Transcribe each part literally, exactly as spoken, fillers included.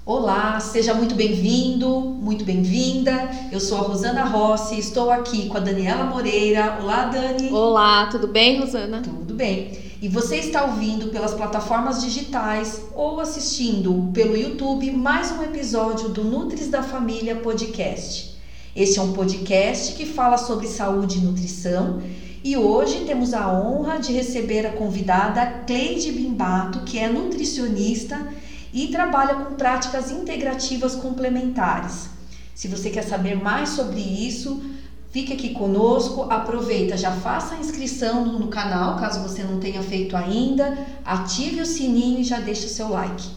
Olá, seja muito bem-vindo, muito bem-vinda. Eu sou a Rosana Rossi, estou aqui com a Daniela Moreira. Olá, Dani. Olá, tudo bem, Rosana? Tudo bem. E você está ouvindo pelas plataformas digitais ou assistindo pelo YouTube mais um episódio do Nutris da Família Podcast. Este é um podcast que fala sobre saúde e nutrição. E hoje temos a honra de receber a convidada Cleide Bimbato, que é nutricionista e trabalha com práticas integrativas complementares. Se você quer saber mais sobre isso, fique aqui conosco, aproveita, já faça a inscrição no canal, caso você não tenha feito ainda, ative o sininho e já deixe o seu like.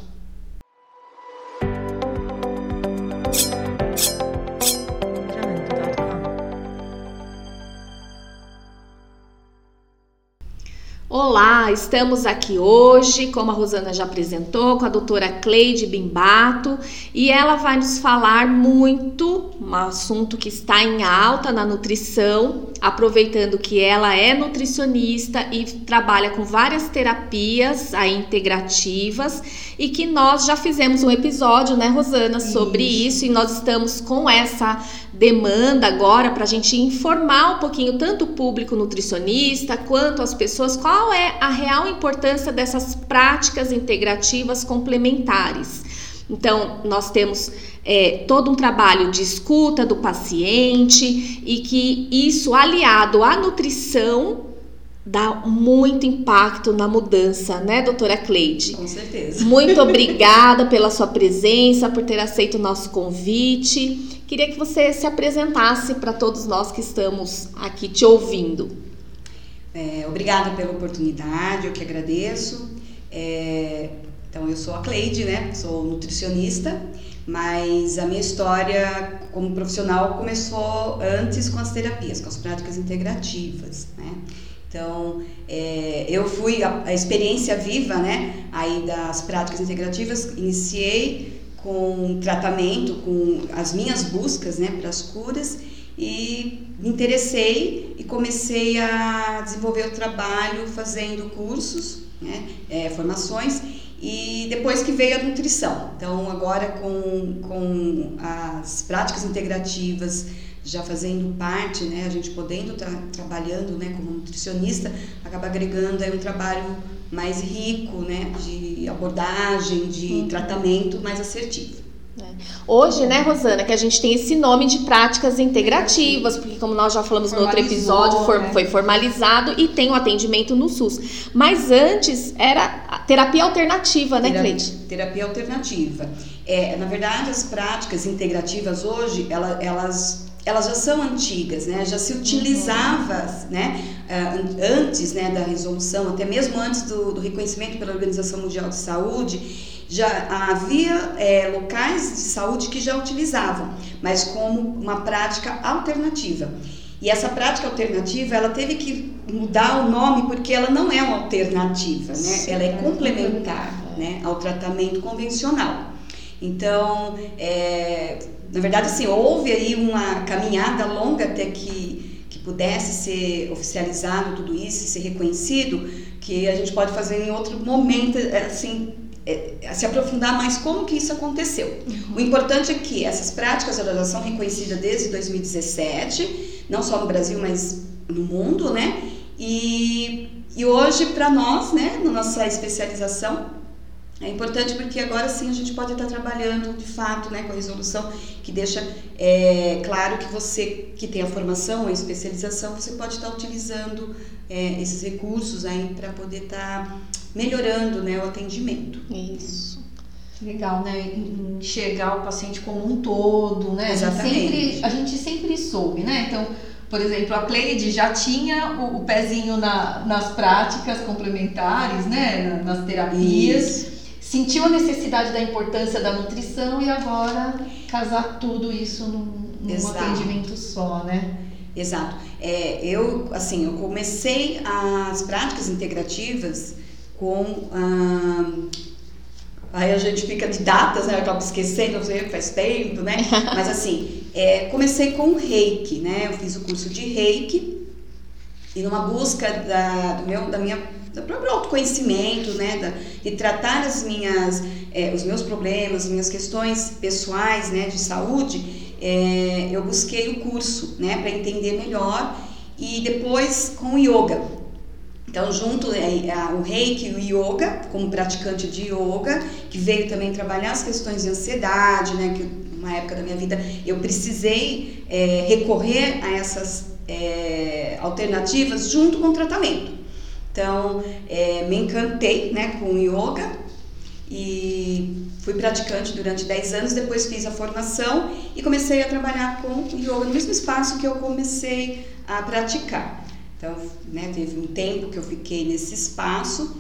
Olá, estamos aqui hoje, como a Rosana já apresentou, com a doutora Cleide Bimbato, e ela vai nos falar muito, um assunto que está em alta na nutrição, aproveitando que ela é nutricionista e trabalha com várias terapias aí, integrativas, e que nós já fizemos um episódio, né, Rosana, sobre isso, isso e nós estamos com essa demanda agora para a gente informar um pouquinho tanto o público nutricionista quanto as pessoas qual é a real importância dessas práticas integrativas complementares. Então, nós temos é, todo um trabalho de escuta do paciente e que isso aliado à nutrição dá muito impacto na mudança, né, doutora Cleide? Com certeza. Muito obrigada pela sua presença, por ter aceito o nosso convite. Queria que você se apresentasse para todos nós que estamos aqui te ouvindo. É, obrigada pela oportunidade, eu que agradeço. É, então, eu sou a Cleide, né? Sou nutricionista, mas a minha história como profissional começou antes com as terapias, com as práticas integrativas, né? Então, é, eu fui a, a experiência viva, né, aí das práticas integrativas, iniciei com tratamento, com as minhas buscas, né, para as curas, e me interessei e comecei a desenvolver o trabalho fazendo cursos, né, é, formações, e depois que veio a nutrição. Então, agora com, com as práticas integrativas já fazendo parte, né, a gente podendo estar tá, trabalhando, né, como nutricionista, acaba agregando aí um trabalho mais rico, né, de abordagem, de uhum. tratamento mais assertivo. É. Hoje, né, Rosana, que a gente tem esse nome de práticas integrativas, porque como nós já falamos no outro episódio, for, né? foi formalizado e tem o atendimento no SUS. Mas antes era a terapia alternativa, né, terapia, Cleide? Terapia alternativa. É, na verdade, as práticas integrativas hoje, elas, elas, elas já são antigas, né? Já se utilizava, uhum. né, antes, né, da resolução, até mesmo antes do, do reconhecimento pela Organização Mundial de Saúde, já havia é, locais de saúde que já utilizavam, mas como uma prática alternativa. E essa prática alternativa, ela teve que mudar o nome porque ela não é uma alternativa, né? Ela é complementar, né, ao tratamento convencional. Então, é, na verdade, assim, houve aí uma caminhada longa até que, que pudesse ser oficializado tudo isso, ser reconhecido, que a gente pode fazer em outro momento, assim, É, se aprofundar mais como que isso aconteceu. Uhum. O importante é que essas práticas elas já são reconhecidas desde dois mil e dezessete, não só no Brasil, mas no mundo, né? E, e hoje, para nós, né, na nossa especialização, é importante porque agora sim a gente pode estar trabalhando de fato, né, com a resolução que deixa é, claro que você que tem a formação, a especialização, você pode estar utilizando é, esses recursos aí para poder estar melhorando, né, o atendimento. Isso. Legal, né? Enxergar o paciente como um todo, né? Exatamente. A gente sempre, a gente sempre soube, né? Então, por exemplo, a Cleide já tinha o, o pezinho na, nas práticas complementares, né? Nas terapias. Isso. Sentiu a necessidade da importância da nutrição e agora casar tudo isso num, num atendimento só, né? Exato. É, eu, assim, eu comecei as práticas integrativas com... Hum, aí a gente fica de datas, né? Eu acabo esquecendo, não sei, faz tempo, né? Mas assim, é, comecei com o Reiki, né? Eu fiz o curso de Reiki e numa busca da, do meu, da minha... do próprio autoconhecimento, né, da, de tratar as minhas é, os meus problemas, minhas questões pessoais, né, de saúde, é, eu busquei o curso, né, para entender melhor, e depois com o yoga. Então, junto é, a, o Reiki e o Yoga, como praticante de Yoga, que veio também trabalhar as questões de ansiedade, né, que numa época da minha vida eu precisei é, recorrer a essas é, alternativas junto com o tratamento. Então, é, me encantei, né, com o Yoga e fui praticante durante dez anos, depois fiz a formação e comecei a trabalhar com o Yoga no mesmo espaço que eu comecei a praticar. Então, né, teve um tempo que eu fiquei nesse espaço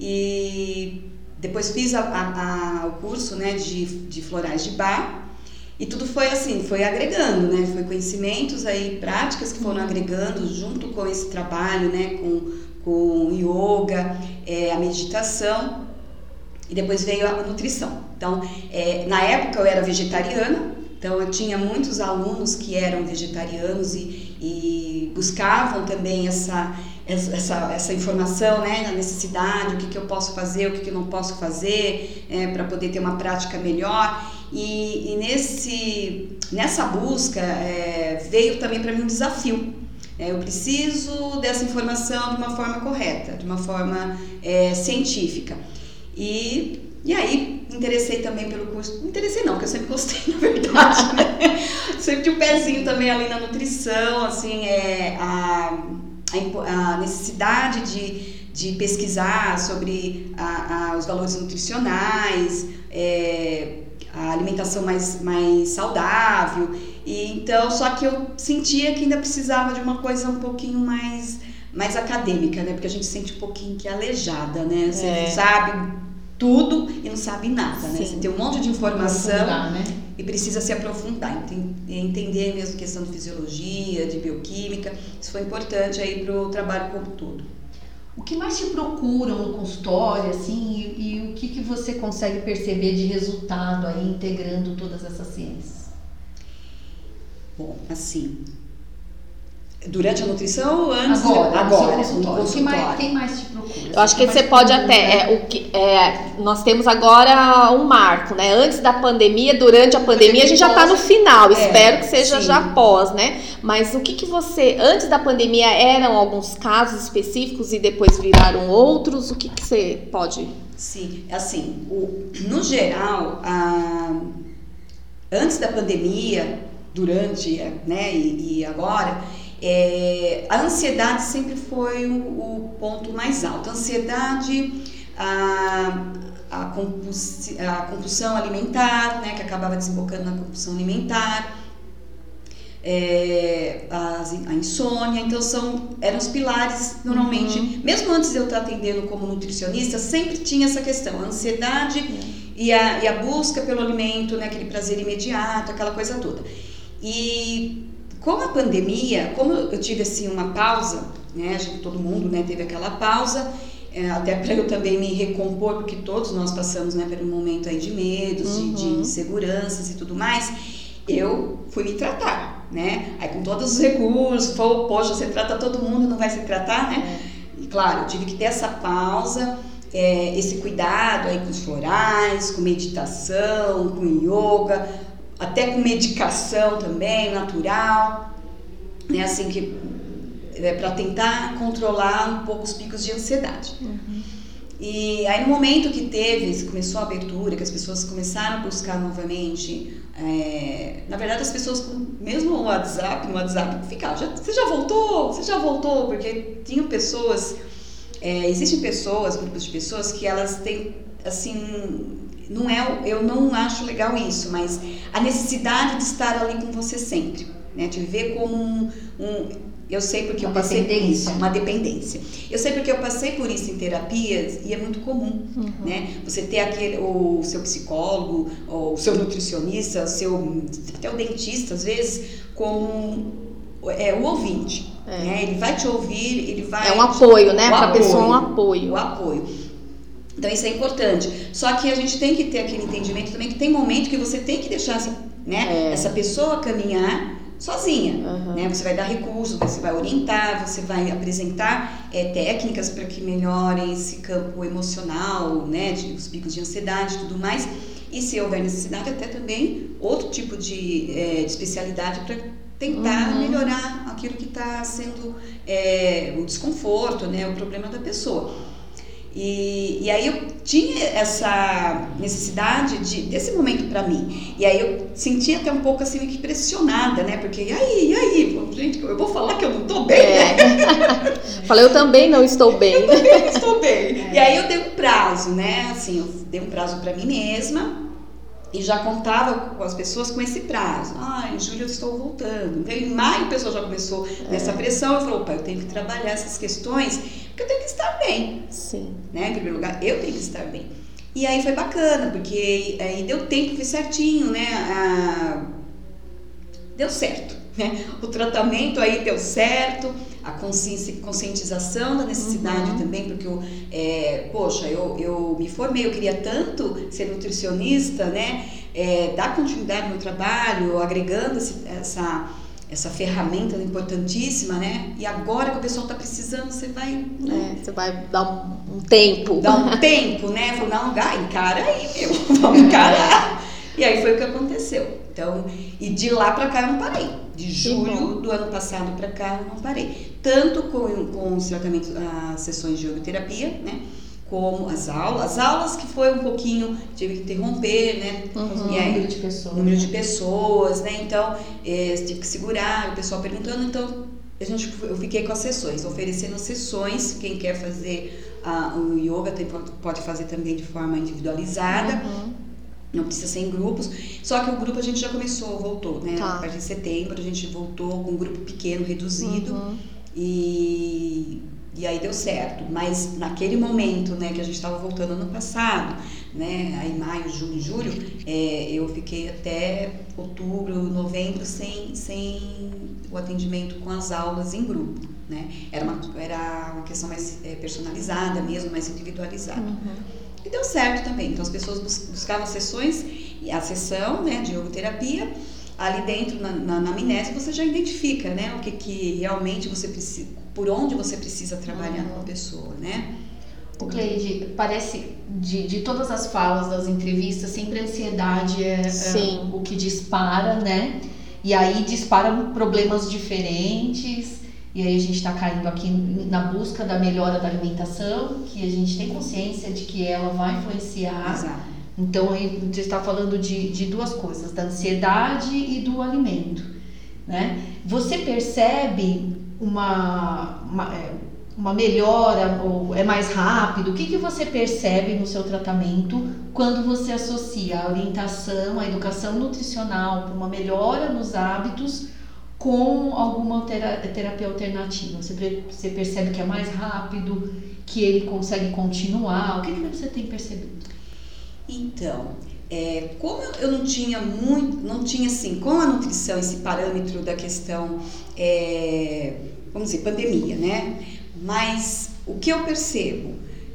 e depois fiz a, a, a, o curso, né, de, de florais de Bach. E tudo foi assim, foi agregando, né? Foi conhecimentos aí, práticas que foram agregando junto com esse trabalho, né? Com, com o yoga, é, a meditação, e depois veio a nutrição. Então, é, na época eu era vegetariana, então eu tinha muitos alunos que eram vegetarianos e, e buscavam também essa, essa, essa informação, né? A necessidade, o que, que eu posso fazer, o que, que eu não posso fazer, é, para poder ter uma prática melhor. E, e nesse, nessa busca é, veio também para mim um desafio. É, eu preciso dessa informação de uma forma correta, de uma forma é, científica. E, e aí interessei também pelo curso. Não interessei não, porque eu sempre gostei, na verdade, né? Sempre tinha um pezinho também ali na nutrição, assim, é, a, a, a necessidade de, de pesquisar sobre a, a, os valores nutricionais, é, a alimentação mais, mais saudável, e então, só que eu sentia que ainda precisava de uma coisa um pouquinho mais, mais acadêmica, né, porque a gente sente um pouquinho que é aleijada, né, você é. sabe tudo e não sabe nada, né, você tem um monte de informação, né? E precisa se aprofundar, entender mesmo questão de fisiologia, de bioquímica, isso foi importante aí para o trabalho como todo. O que mais te procuram no consultório, assim, e, e o que, que você consegue perceber de resultado aí integrando todas essas ciências? Bom, assim, durante a nutrição ou antes? Agora, agora, no seu consultório. consultório. Quem mais, quem mais te procura? Eu acho que você pode até, né? é, o que, é, nós temos agora um marco, né? Antes da pandemia, durante a pandemia, a gente já está no final, é, espero que seja sim. já pós, né? Mas o que que você, antes da pandemia, eram alguns casos específicos e depois viraram outros? O que que você pode... Sim, assim, o, no geral, a, antes da pandemia, durante, né, e, e agora... É, a ansiedade sempre foi o, o ponto mais alto. A ansiedade, a, a, compulsi, a compulsão alimentar, né, que acabava desembocando na compulsão alimentar, é, a, a insônia. Então são, eram os pilares normalmente, uhum. mesmo antes de eu estar atendendo como nutricionista, sempre tinha essa questão, a ansiedade uhum. e, a, e a busca pelo alimento, né, aquele prazer imediato, aquela coisa toda. E com a pandemia, como eu tive assim uma pausa, né, a gente, todo mundo, né, teve aquela pausa, é, até para eu também me recompor, porque todos nós passamos, né, por um momento aí de medos, uhum. de, de inseguranças e tudo mais, eu fui me tratar, né, aí com todos os recursos, falou, poxa, você trata todo mundo, não vai se tratar, né, é. E claro, eu tive que ter essa pausa, é, esse cuidado aí com os florais, com meditação, com yoga, até com medicação também, natural, né, assim que é para tentar controlar um pouco os picos de ansiedade. Uhum. E aí no momento que teve, começou a abertura, que as pessoas começaram a buscar novamente, é, na verdade as pessoas, mesmo no WhatsApp, no WhatsApp, ficavam, já, você já voltou? Você já voltou? Porque tinham pessoas, é, existem pessoas, grupos de pessoas que elas têm, assim... Não é, eu não acho legal isso, mas a necessidade de estar ali com você sempre, né? De ver como um, um eu sei porque uma eu passei por isso, uma dependência. Eu sei porque eu passei por isso em terapias e é muito comum, uhum. né? Você ter aquele, o seu psicólogo, ou o seu nutricionista, o seu, até o dentista, às vezes, como é, o ouvinte, é. né? Ele vai te ouvir, ele vai... É um apoio, né? Para a pessoa é um apoio. O apoio. Então isso é importante, só que a gente tem que ter aquele entendimento também que tem momento que você tem que deixar essa, né, é. essa pessoa caminhar sozinha, Uhum. né? Você vai dar recursos, você vai orientar, você vai apresentar é, técnicas para que melhorem esse campo emocional, né? De, os picos de ansiedade e tudo mais. E se houver necessidade, até também outro tipo de, é, de especialidade para tentar uhum. melhorar aquilo que está sendo é, o desconforto, né? O problema da pessoa. E, e aí eu tinha essa necessidade de, desse momento para mim. E aí eu sentia até um pouco assim que pressionada, né? Porque e aí, e aí? Gente, eu vou falar que eu não tô bem, é. né? Falei, eu também não estou bem. Eu também não estou bem. É. E aí eu dei um prazo, né? Assim, eu dei um prazo para mim mesma. E já contava com as pessoas com esse prazo. Ah, em julho eu estou voltando. Em maio a pessoa já começou é. nessa pressão. E falou, opa, eu tenho que trabalhar essas questões, porque eu tenho que estar bem. Sim. Né? Em primeiro lugar, eu tenho que estar bem. E aí foi bacana, porque aí deu tempo, foi certinho, né? Ah, deu certo. Né? O tratamento aí deu certo, a conscientização da necessidade uhum. também, porque eu, é, poxa, eu, eu me formei, eu queria tanto ser nutricionista, né? É, dar continuidade no meu trabalho, agregando esse, essa, essa ferramenta importantíssima, né? E agora que o pessoal está precisando, você vai... Né? É, você vai dar um, um tempo. Dar um tempo, né? Falei, não, encara aí, meu, vamos encarar. E aí foi o que aconteceu. Então, e de lá para cá eu não parei. De julho do ano passado para cá eu não parei. Tanto com, com os tratamentos, as sessões de yogoterapia, né? Como as aulas. As aulas que foi um pouquinho, tive que interromper, né? Uhum. E aí, número de pessoas. Número de pessoas, né? Então, é, tive que segurar, o pessoal perguntando. Então, a gente, eu fiquei com as sessões, oferecendo sessões. Quem quer fazer uh, o yoga tem, pode fazer também de forma individualizada. Uhum. Não precisa ser em grupos, só que o grupo a gente já começou, voltou, né? Tá. A partir de setembro a gente voltou com um grupo pequeno, reduzido, uhum. e, e aí deu certo. Mas naquele momento, né, que a gente estava voltando ano passado, né, aí maio, junho, julho, é, eu fiquei até outubro, novembro sem, sem o atendimento com as aulas em grupo, né? Era uma, era uma questão mais é, personalizada mesmo, mais individualizada. Uhum. E deu certo também. Então as pessoas buscavam sessões, a sessão, né, de yogoterapia, ali dentro na, na, na anamnese você já identifica, né, o que, que realmente você precisa, por onde você precisa trabalhar uhum. com a pessoa, né? O Cleide, parece, de, de todas as falas das entrevistas, sempre a ansiedade é, é o que dispara, né? E aí disparam problemas diferentes. E aí a gente está caindo aqui na busca da melhora da alimentação, que a gente tem consciência de que ela vai influenciar. Exato. Então a gente está falando de, de duas coisas, da ansiedade e do alimento, né? Você percebe uma, uma, uma melhora, ou é mais rápido? O que, que você percebe no seu tratamento quando você associa a orientação, a educação nutricional para uma melhora nos hábitos com alguma terapia alternativa? Você, você percebe que é mais rápido, que ele consegue continuar? O que, que você tem percebido? Então, é, como eu não tinha muito, não tinha assim, com a nutrição, esse parâmetro da questão, é, vamos dizer, pandemia, né? Mas o que eu percebo,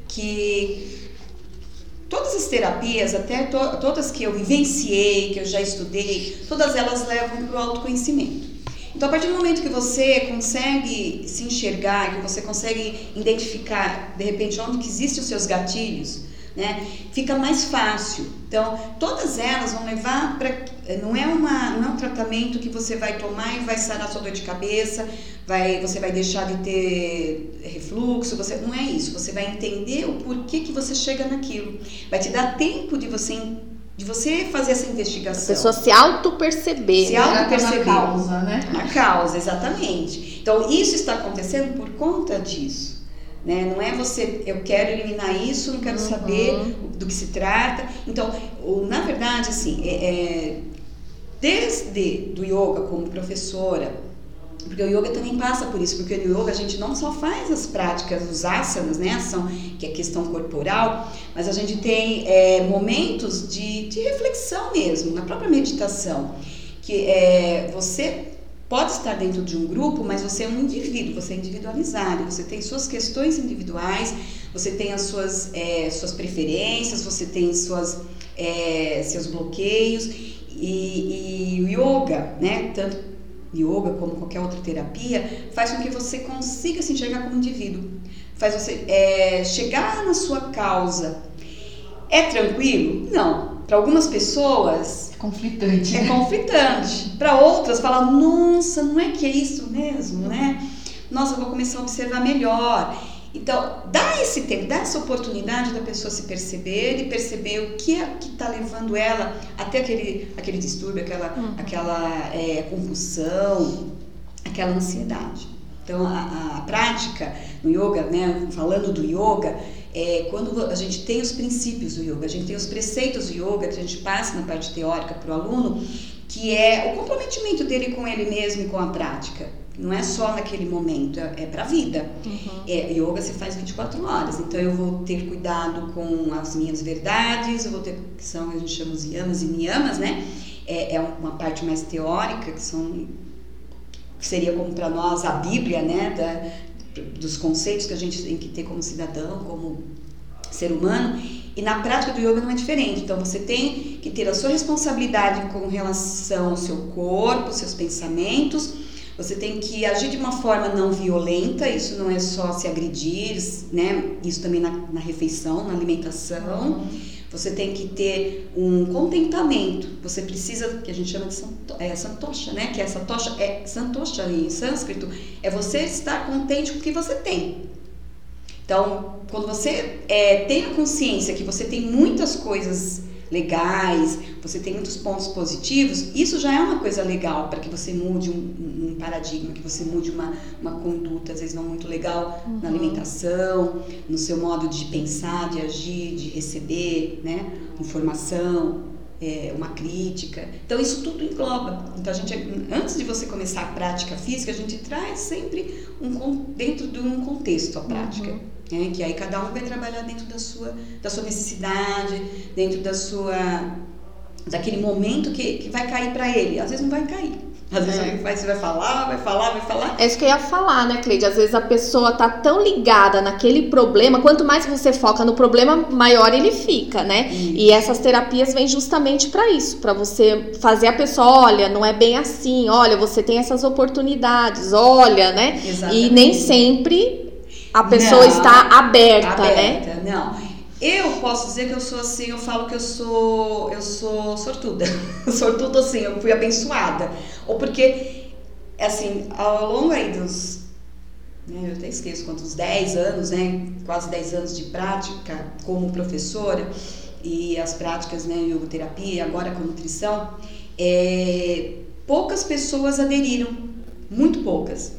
que todas as terapias, até to, todas que eu vivenciei, que eu já estudei, todas elas levam para o autoconhecimento. Então, a partir do momento que você consegue se enxergar, que você consegue identificar, de repente, onde que existem os seus gatilhos, né, fica mais fácil. Então, todas elas vão levar para... Não é, uma, não é um tratamento que você vai tomar e vai sarar sua dor de cabeça, vai, você vai deixar de ter refluxo, você, não é isso. Você vai entender o porquê que você chega naquilo. Vai te dar tempo de você... de você fazer essa investigação. A pessoa se auto-perceber. Se auto-perceber. Na causa, né? Na causa, exatamente. Então, isso está acontecendo por conta disso. Né? Não é você, eu quero eliminar isso, não quero uhum. saber do que se trata. Então, ou, na verdade, assim, é, é, desde do yoga como professora, porque o yoga também passa por isso, porque no yoga a gente não só faz as práticas, os asanas, né, ação, que é questão corporal, mas a gente tem é, momentos de, de reflexão mesmo, na própria meditação, que é, você pode estar dentro de um grupo, mas você é um indivíduo, você é individualizado, você tem suas questões individuais, você tem as suas, é, suas preferências, você tem suas, é, seus bloqueios, e, e o yoga, né, tanto yoga, como qualquer outra terapia, faz com que você consiga se enxergar como indivíduo. Faz você é, chegar na sua causa. É tranquilo? Não. Para algumas pessoas... É conflitante. É conflitante. Para outras, fala, nossa, não é que é isso mesmo, né? Nossa, eu vou começar a observar melhor. Então, dá esse tempo, dá essa oportunidade da pessoa se perceber e perceber o que é que está levando ela até aquele, aquele distúrbio, aquela, uhum. aquela é, compulsão, aquela ansiedade. Então, a, a prática no yoga, né, falando do yoga, é quando a gente tem os princípios do yoga, a gente tem os preceitos do yoga, que a gente passa na parte teórica para o aluno, que é o comprometimento dele com ele mesmo e com a prática. Não é só naquele momento, é, é para a vida. Uhum. É, yoga se faz vinte e quatro horas, então eu vou ter cuidado com as minhas verdades, eu vou ter, que são, a gente chama os yamas e niyamas, né? É, é uma parte mais teórica, que são, que seria como para nós a Bíblia, né? Da, dos conceitos que a gente tem que ter como cidadão, como ser humano. E na prática do yoga não é diferente. Então você tem que ter a sua responsabilidade com relação ao seu corpo, aos seus pensamentos. Você tem que agir de uma forma não violenta, isso não é só se agredir, né? Isso também na, na refeição, na alimentação. Uhum. Você tem que ter um contentamento. Você precisa, que a gente chama de santo, é, santosha, né? Que essa tocha é santosha em sânscrito, é você estar contente com o que você tem. Então, quando você é, tem a consciência que você tem muitas coisas legais, você tem muitos pontos positivos, isso já é uma coisa legal para que você mude um, um paradigma, que você mude uma, uma conduta, às vezes não muito legal, uhum. na alimentação, no seu modo de pensar, de agir, de receber, né, informação, é, uma crítica. Então isso tudo engloba. Então a gente, antes de você começar a prática física, a gente traz sempre um, dentro de um contexto a prática. Uhum. É, que aí cada um vai trabalhar dentro da sua, da sua necessidade, dentro da sua, daquele momento que, que vai cair para ele. Às vezes não vai cair. Às vezes é. vai, você vai falar, vai falar, vai falar. É isso que eu ia falar, né, Cleide? Às vezes a pessoa tá tão ligada naquele problema, quanto mais você foca no problema, maior ele fica, né? Isso. E essas terapias vêm justamente para isso, para você fazer a pessoa, olha, não é bem assim, olha, você tem essas oportunidades, olha, né? Exatamente. E nem sempre a pessoa não, está aberta, aberta, né? Não. Eu posso dizer que eu sou assim, eu falo que eu sou, eu sou sortuda. Sortuda assim, eu fui abençoada. Ou porque, assim, ao longo aí dos, né, eu até esqueço quantos, dez anos, né? Quase dez anos de prática como professora e as práticas, né, yogoterapia, agora com nutrição, é, poucas pessoas aderiram, muito poucas.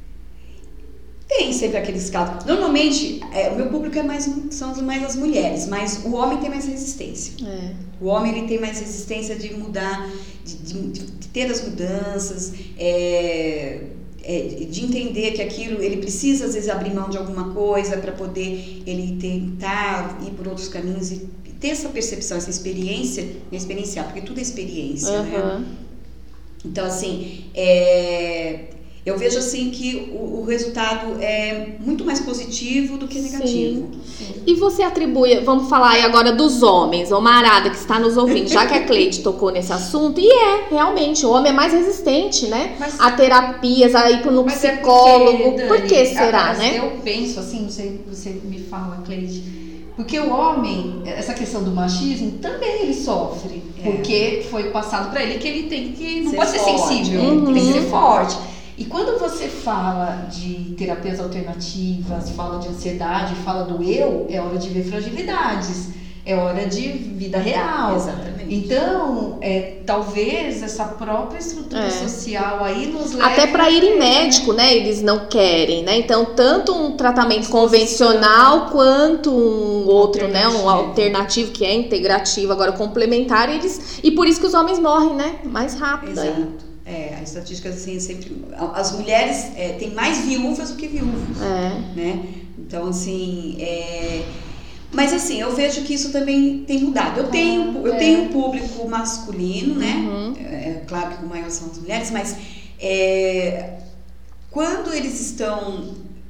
Tem sempre aqueles casos. Normalmente, é, o meu público é mais, são mais as mulheres, mas o homem tem mais resistência. É. O homem ele tem mais resistência de mudar, de, de, de ter as mudanças, é, é, de entender que aquilo, ele precisa às vezes abrir mão de alguma coisa para poder ele tentar ir por outros caminhos e ter essa percepção, essa experiência, experienciar, porque tudo é experiência, uhum. né? Então, assim, é... eu vejo assim que o, o resultado é muito mais positivo do que negativo. Sim. Sim. E você atribui, vamos falar aí agora dos homens, o Marada que está nos ouvindo, já que a Cleide tocou nesse assunto, e é, realmente, o homem é mais resistente, né? Mas, a terapias, a ir no psicólogo, é porque, Dani, por que será, né? Eu penso assim, você, você me fala, Cleide, porque o homem, essa questão do machismo, também ele sofre, é. porque foi passado para ele que ele tem que, não ser pode ser forte, sensível, uhum. tem que ser forte. E quando você fala de terapias alternativas, fala de ansiedade, fala do eu, é hora de ver fragilidades, é hora de vida real. Exatamente. Então, é, talvez essa própria estrutura é. social aí nos leve... Até para ir em médico, né? Eles não querem, né? Então, tanto um tratamento convencional quanto um outro, né? Um alternativo que é integrativo, agora complementar, eles... E por isso que os homens morrem, né? Mais rápido. Exato. Aí. É, as estatísticas assim sempre, as mulheres é, têm mais viúvas do que viúvos, é. né? Então assim, é, mas assim eu vejo que isso também tem mudado. Eu tenho, eu é. tenho um público masculino, né? Uhum. É, é claro que o maior são as mulheres, mas é, quando eles estão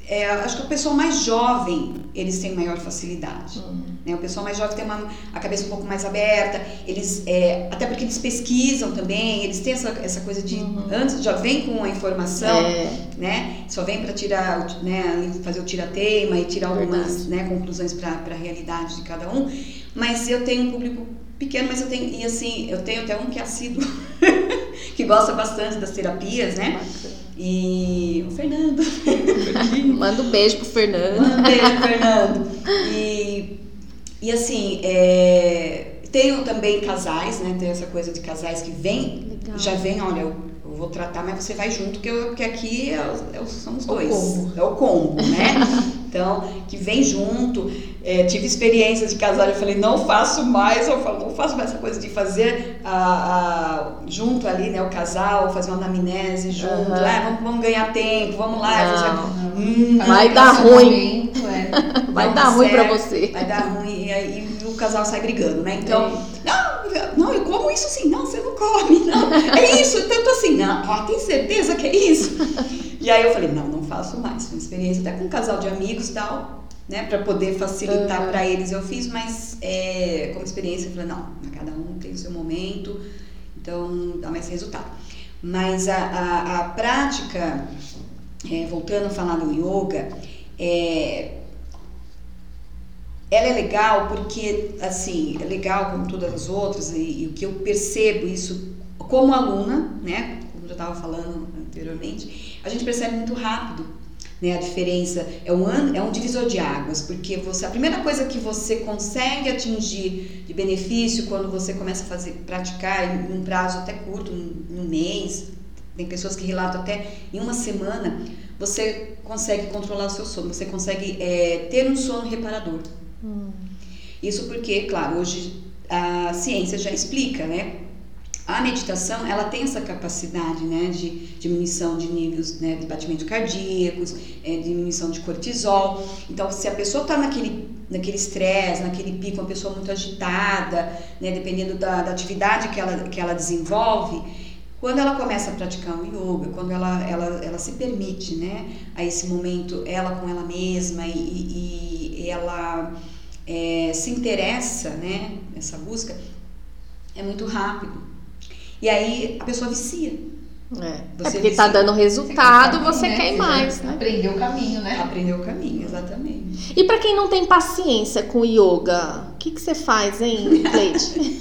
é, acho que o pessoal mais jovem, eles têm maior facilidade. Uhum. Né? O pessoal mais jovem tem uma, a cabeça um pouco mais aberta, eles, é, até porque eles pesquisam também, eles têm essa, essa coisa de, uhum. antes já vem com a informação, é. né? Só vem para tirar, né, fazer o tira-teima e tirar algumas, né, conclusões para a realidade de cada um. Mas eu tenho um público pequeno, mas eu tenho, e assim, eu tenho até um que é assíduo, que gosta bastante das terapias, né? Bacana. E o Fernando. Manda um beijo pro Fernando. Manda um beijo pro Fernando. E, e assim, é, tenho também casais, né? Tem essa coisa de casais que vem, Legal. já vem, olha, eu, eu vou tratar, mas você vai junto, que, eu, porque aqui é, é, somos dois. O combo. É o combo, né? Então, que vem junto. É, tive experiência de casal, eu falei, não faço mais, eu falo, não faço mais essa coisa de fazer a, a, junto ali, né, o casal, fazer uma anamnese junto, uhum. ah, vamos, vamos ganhar tempo, vamos lá. Fazer, hum, vai dar ruim, é. vai não, dar ruim pra você. Vai dar ruim, e aí o casal sai brigando, né, então, é. não, não, eu como isso assim, não, você não come, não, é isso, tanto assim, não, ó, tem certeza que é isso? E aí eu falei, não, não faço mais, foi uma experiência até com um casal de amigos e tal, né, para poder facilitar uhum. para eles eu fiz, mas é, como experiência eu falei, não, cada um tem o seu momento, então dá mais resultado. Mas a, a, a prática, é, voltando a falar do yoga, é, ela é legal porque, assim, é legal como todas as outras, e, e o que eu percebo isso como aluna, né, como eu estava falando anteriormente, a gente percebe muito rápido, né, a diferença é um, é um divisor de águas, porque você, a primeira coisa que você consegue atingir de benefício quando você começa a fazer, praticar em um prazo até curto, em um mês, tem pessoas que relatam até em uma semana, você consegue controlar o seu sono, você consegue é, ter um sono reparador. Hum. Isso porque, claro, hoje a ciência já explica, né? A meditação, ela tem essa capacidade, né, de diminuição de níveis, né, de batimentos cardíacos, é, diminuição de cortisol. Então, se a pessoa está naquele naquele estresse, naquele pico, uma pessoa muito agitada, né, dependendo da, da atividade que ela, que ela desenvolve, quando ela começa a praticar o yoga, quando ela, ela, ela se permite, né, a esse momento, ela com ela mesma e, e, e ela é, se interessa, né, nessa busca, é muito rápido. E aí a pessoa vicia. É, é porque vicia. Tá dando resultado, você, você né? quer ir mais, né? Aprendeu o caminho, né? Aprendeu o caminho, exatamente. E pra quem não tem paciência com yoga, o que, que você faz, hein, Cleide?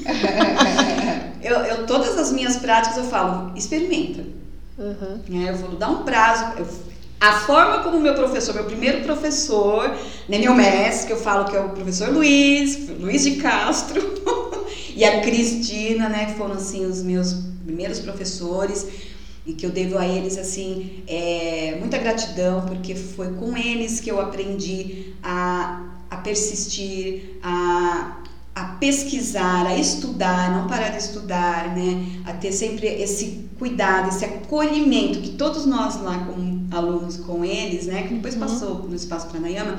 eu, eu, todas as minhas práticas eu falo, experimenta. Uhum. É, eu vou dar um prazo. Eu, a forma como meu professor, meu primeiro professor, né, meu mestre, que eu falo que é o professor Luiz, Luiz de Castro, e a Cristina, né, que foram assim os meus primeiros professores e que eu devo a eles assim é, muita gratidão, porque foi com eles que eu aprendi a, a persistir, a, a pesquisar, a estudar, não parar de estudar, né, a ter sempre esse cuidado, esse acolhimento que todos nós lá como alunos com eles, né, que depois passou no Espaço Pranayama.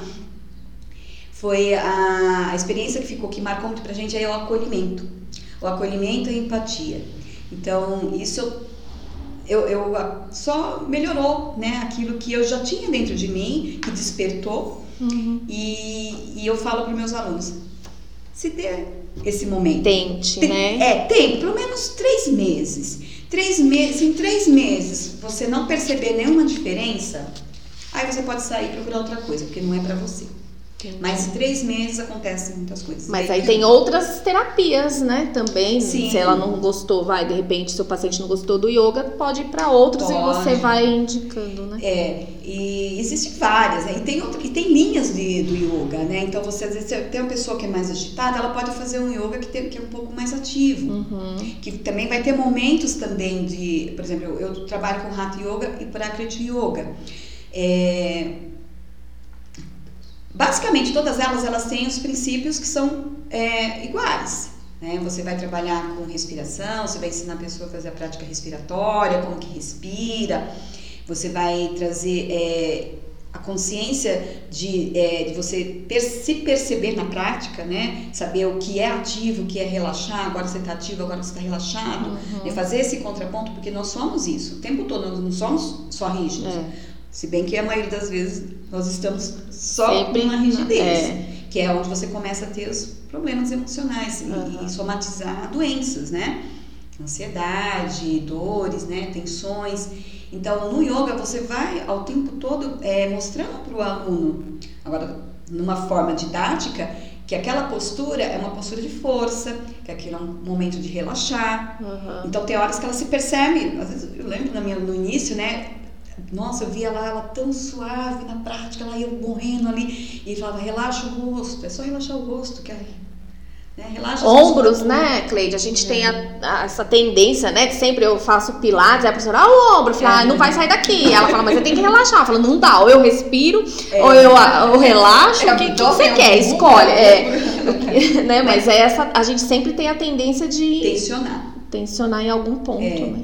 Foi a, a experiência que ficou, que marcou muito pra gente, é o acolhimento. O acolhimento e a empatia. Então, isso eu, eu, eu só melhorou, né, aquilo que eu já tinha dentro de mim, que despertou. Uhum. E, e eu falo para meus alunos, se der esse momento. Tente, tem, né? É, tem, pelo menos três meses. Três meses, em três meses, você não perceber nenhuma diferença, aí você pode sair e procurar outra coisa, porque não é para você. Entendi. Mas em três meses acontecem muitas coisas. Mas aí tem outras terapias, né, também. Sim. Se ela não gostou, vai, de repente, seu paciente não gostou do yoga, pode ir para outros pode. E você vai indicando, né? É, e existem várias, né? E tem, outra, e tem linhas de, do yoga, né? Então, você, às vezes, tem uma pessoa que é mais agitada, ela pode fazer um yoga que, tem, que é um pouco mais ativo. Uhum. Que também vai ter momentos também de... Por exemplo, eu, eu trabalho com Hatha Yoga e Prakriti Yoga. É... Basicamente, todas elas, elas têm os princípios que são é, iguais, né? Você vai trabalhar com respiração, você vai ensinar a pessoa a fazer a prática respiratória, como que respira, você vai trazer é, a consciência de, é, de você per- se perceber na prática, né? Saber o que é ativo, o que é relaxar, agora você está ativo, agora você está relaxado, uhum. E fazer esse contraponto, porque nós somos isso, o tempo todo, nós não somos só rígidos. É. Se bem que a maioria das vezes nós estamos só Sempre, com uma rigidez, é. que é onde você começa a ter os problemas emocionais Uhum. e, e somatizar doenças, né? Ansiedade, dores, né? Tensões. Então, no yoga, você vai ao tempo todo é, mostrando para o aluno, agora, numa forma didática, que aquela postura é uma postura de força, que aquilo é um momento de relaxar. Uhum. Então, tem horas que ela se percebe, às vezes eu lembro na minha, no início, né? Nossa, eu via lá ela tão suave na prática, ela ia morrendo ali, e falava, relaxa o rosto, é só relaxar o rosto, que aí, né? Relaxa Ombros, né, Cleide? A gente é. tem a, a, essa tendência, né, que sempre eu faço pilates, aí a professora, ah, o ombro, eu falo, ah, não vai sair daqui. Ela fala, mas você tem que relaxar. Eu falo, não dá, ou eu respiro, é. ou eu, eu relaxo, é, o que, que você quer? Escolhe. É, né, mas é essa, a gente sempre tem a tendência de tensionar, tensionar em algum ponto, é. né?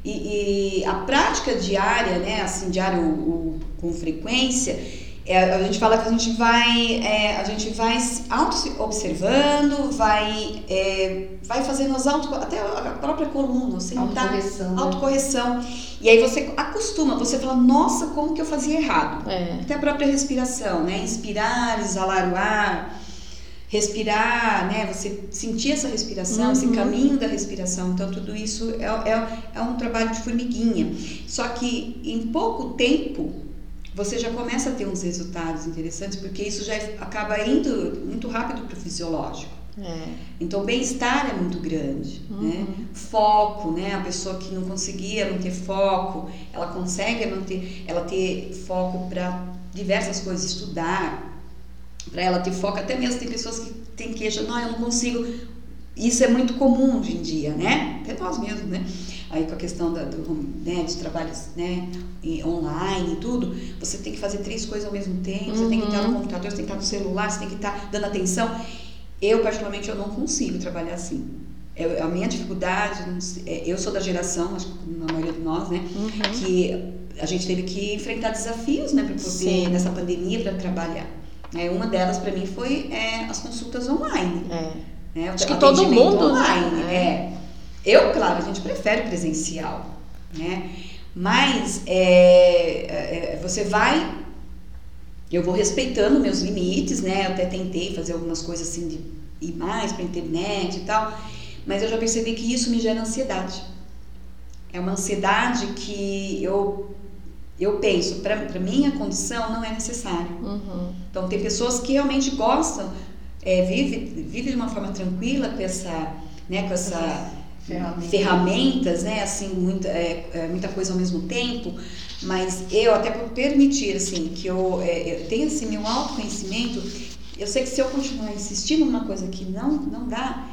E, e a prática diária, né, assim, diária ou, ou com frequência, é, a gente fala que a gente vai, é, a gente vai auto-observando, vai, é, vai fazendo as auto, até a própria coluna, sentar, autocorreção, autocorreção. Né? E aí você acostuma, você fala, nossa, como que eu fazia errado? É. Até a própria respiração, né? Inspirar, exalar o ar, respirar, né? Você sentir essa respiração, uhum. esse caminho da respiração. Então, tudo isso é, é, é um trabalho de formiguinha. Só que em pouco tempo, você já começa a ter uns resultados interessantes, porque isso já acaba indo muito rápido para o fisiológico. É. Então, o bem-estar é muito grande. Uhum. Né? Foco, né? A pessoa que não conseguia manter foco, ela consegue manter, ela ter foco para diversas coisas, estudar, para ela ter foco, até mesmo tem pessoas que têm queixa, não, eu não consigo, isso é muito comum hoje em dia, né, até nós mesmos, né, aí com a questão da, do, né, de trabalhos, né, online e tudo, você tem que fazer três coisas ao mesmo tempo, uhum. você tem que estar no computador, você tem que estar no celular, você tem que estar dando atenção. Eu, particularmente, eu não consigo trabalhar assim. Eu, a minha dificuldade, eu sou da geração, acho que na maioria de nós, né, uhum. que a gente teve que enfrentar desafios, né, para poder, Sim. nessa pandemia, para trabalhar. É, uma delas para mim foi é, as consultas online. É. Né, Acho que todo mundo online. Né? É. Eu, claro, a gente prefere presencial, né? Mas é, é, você vai, eu vou respeitando meus limites, né? Eu até tentei fazer algumas coisas assim de ir mais para internet e tal, mas eu já percebi que isso me gera ansiedade. É uma ansiedade que eu Eu penso, para a minha condição não é necessário. Uhum. Então, tem pessoas que realmente gostam, é, vive, vive de uma forma tranquila com essa, né, com essa ferramentas, ferramentas né, assim, muita, é, é, muita coisa ao mesmo tempo, mas eu, até por permitir, assim, que eu, é, eu tenha esse meu autoconhecimento, eu sei que se eu continuar insistindo numa coisa que não, não dá,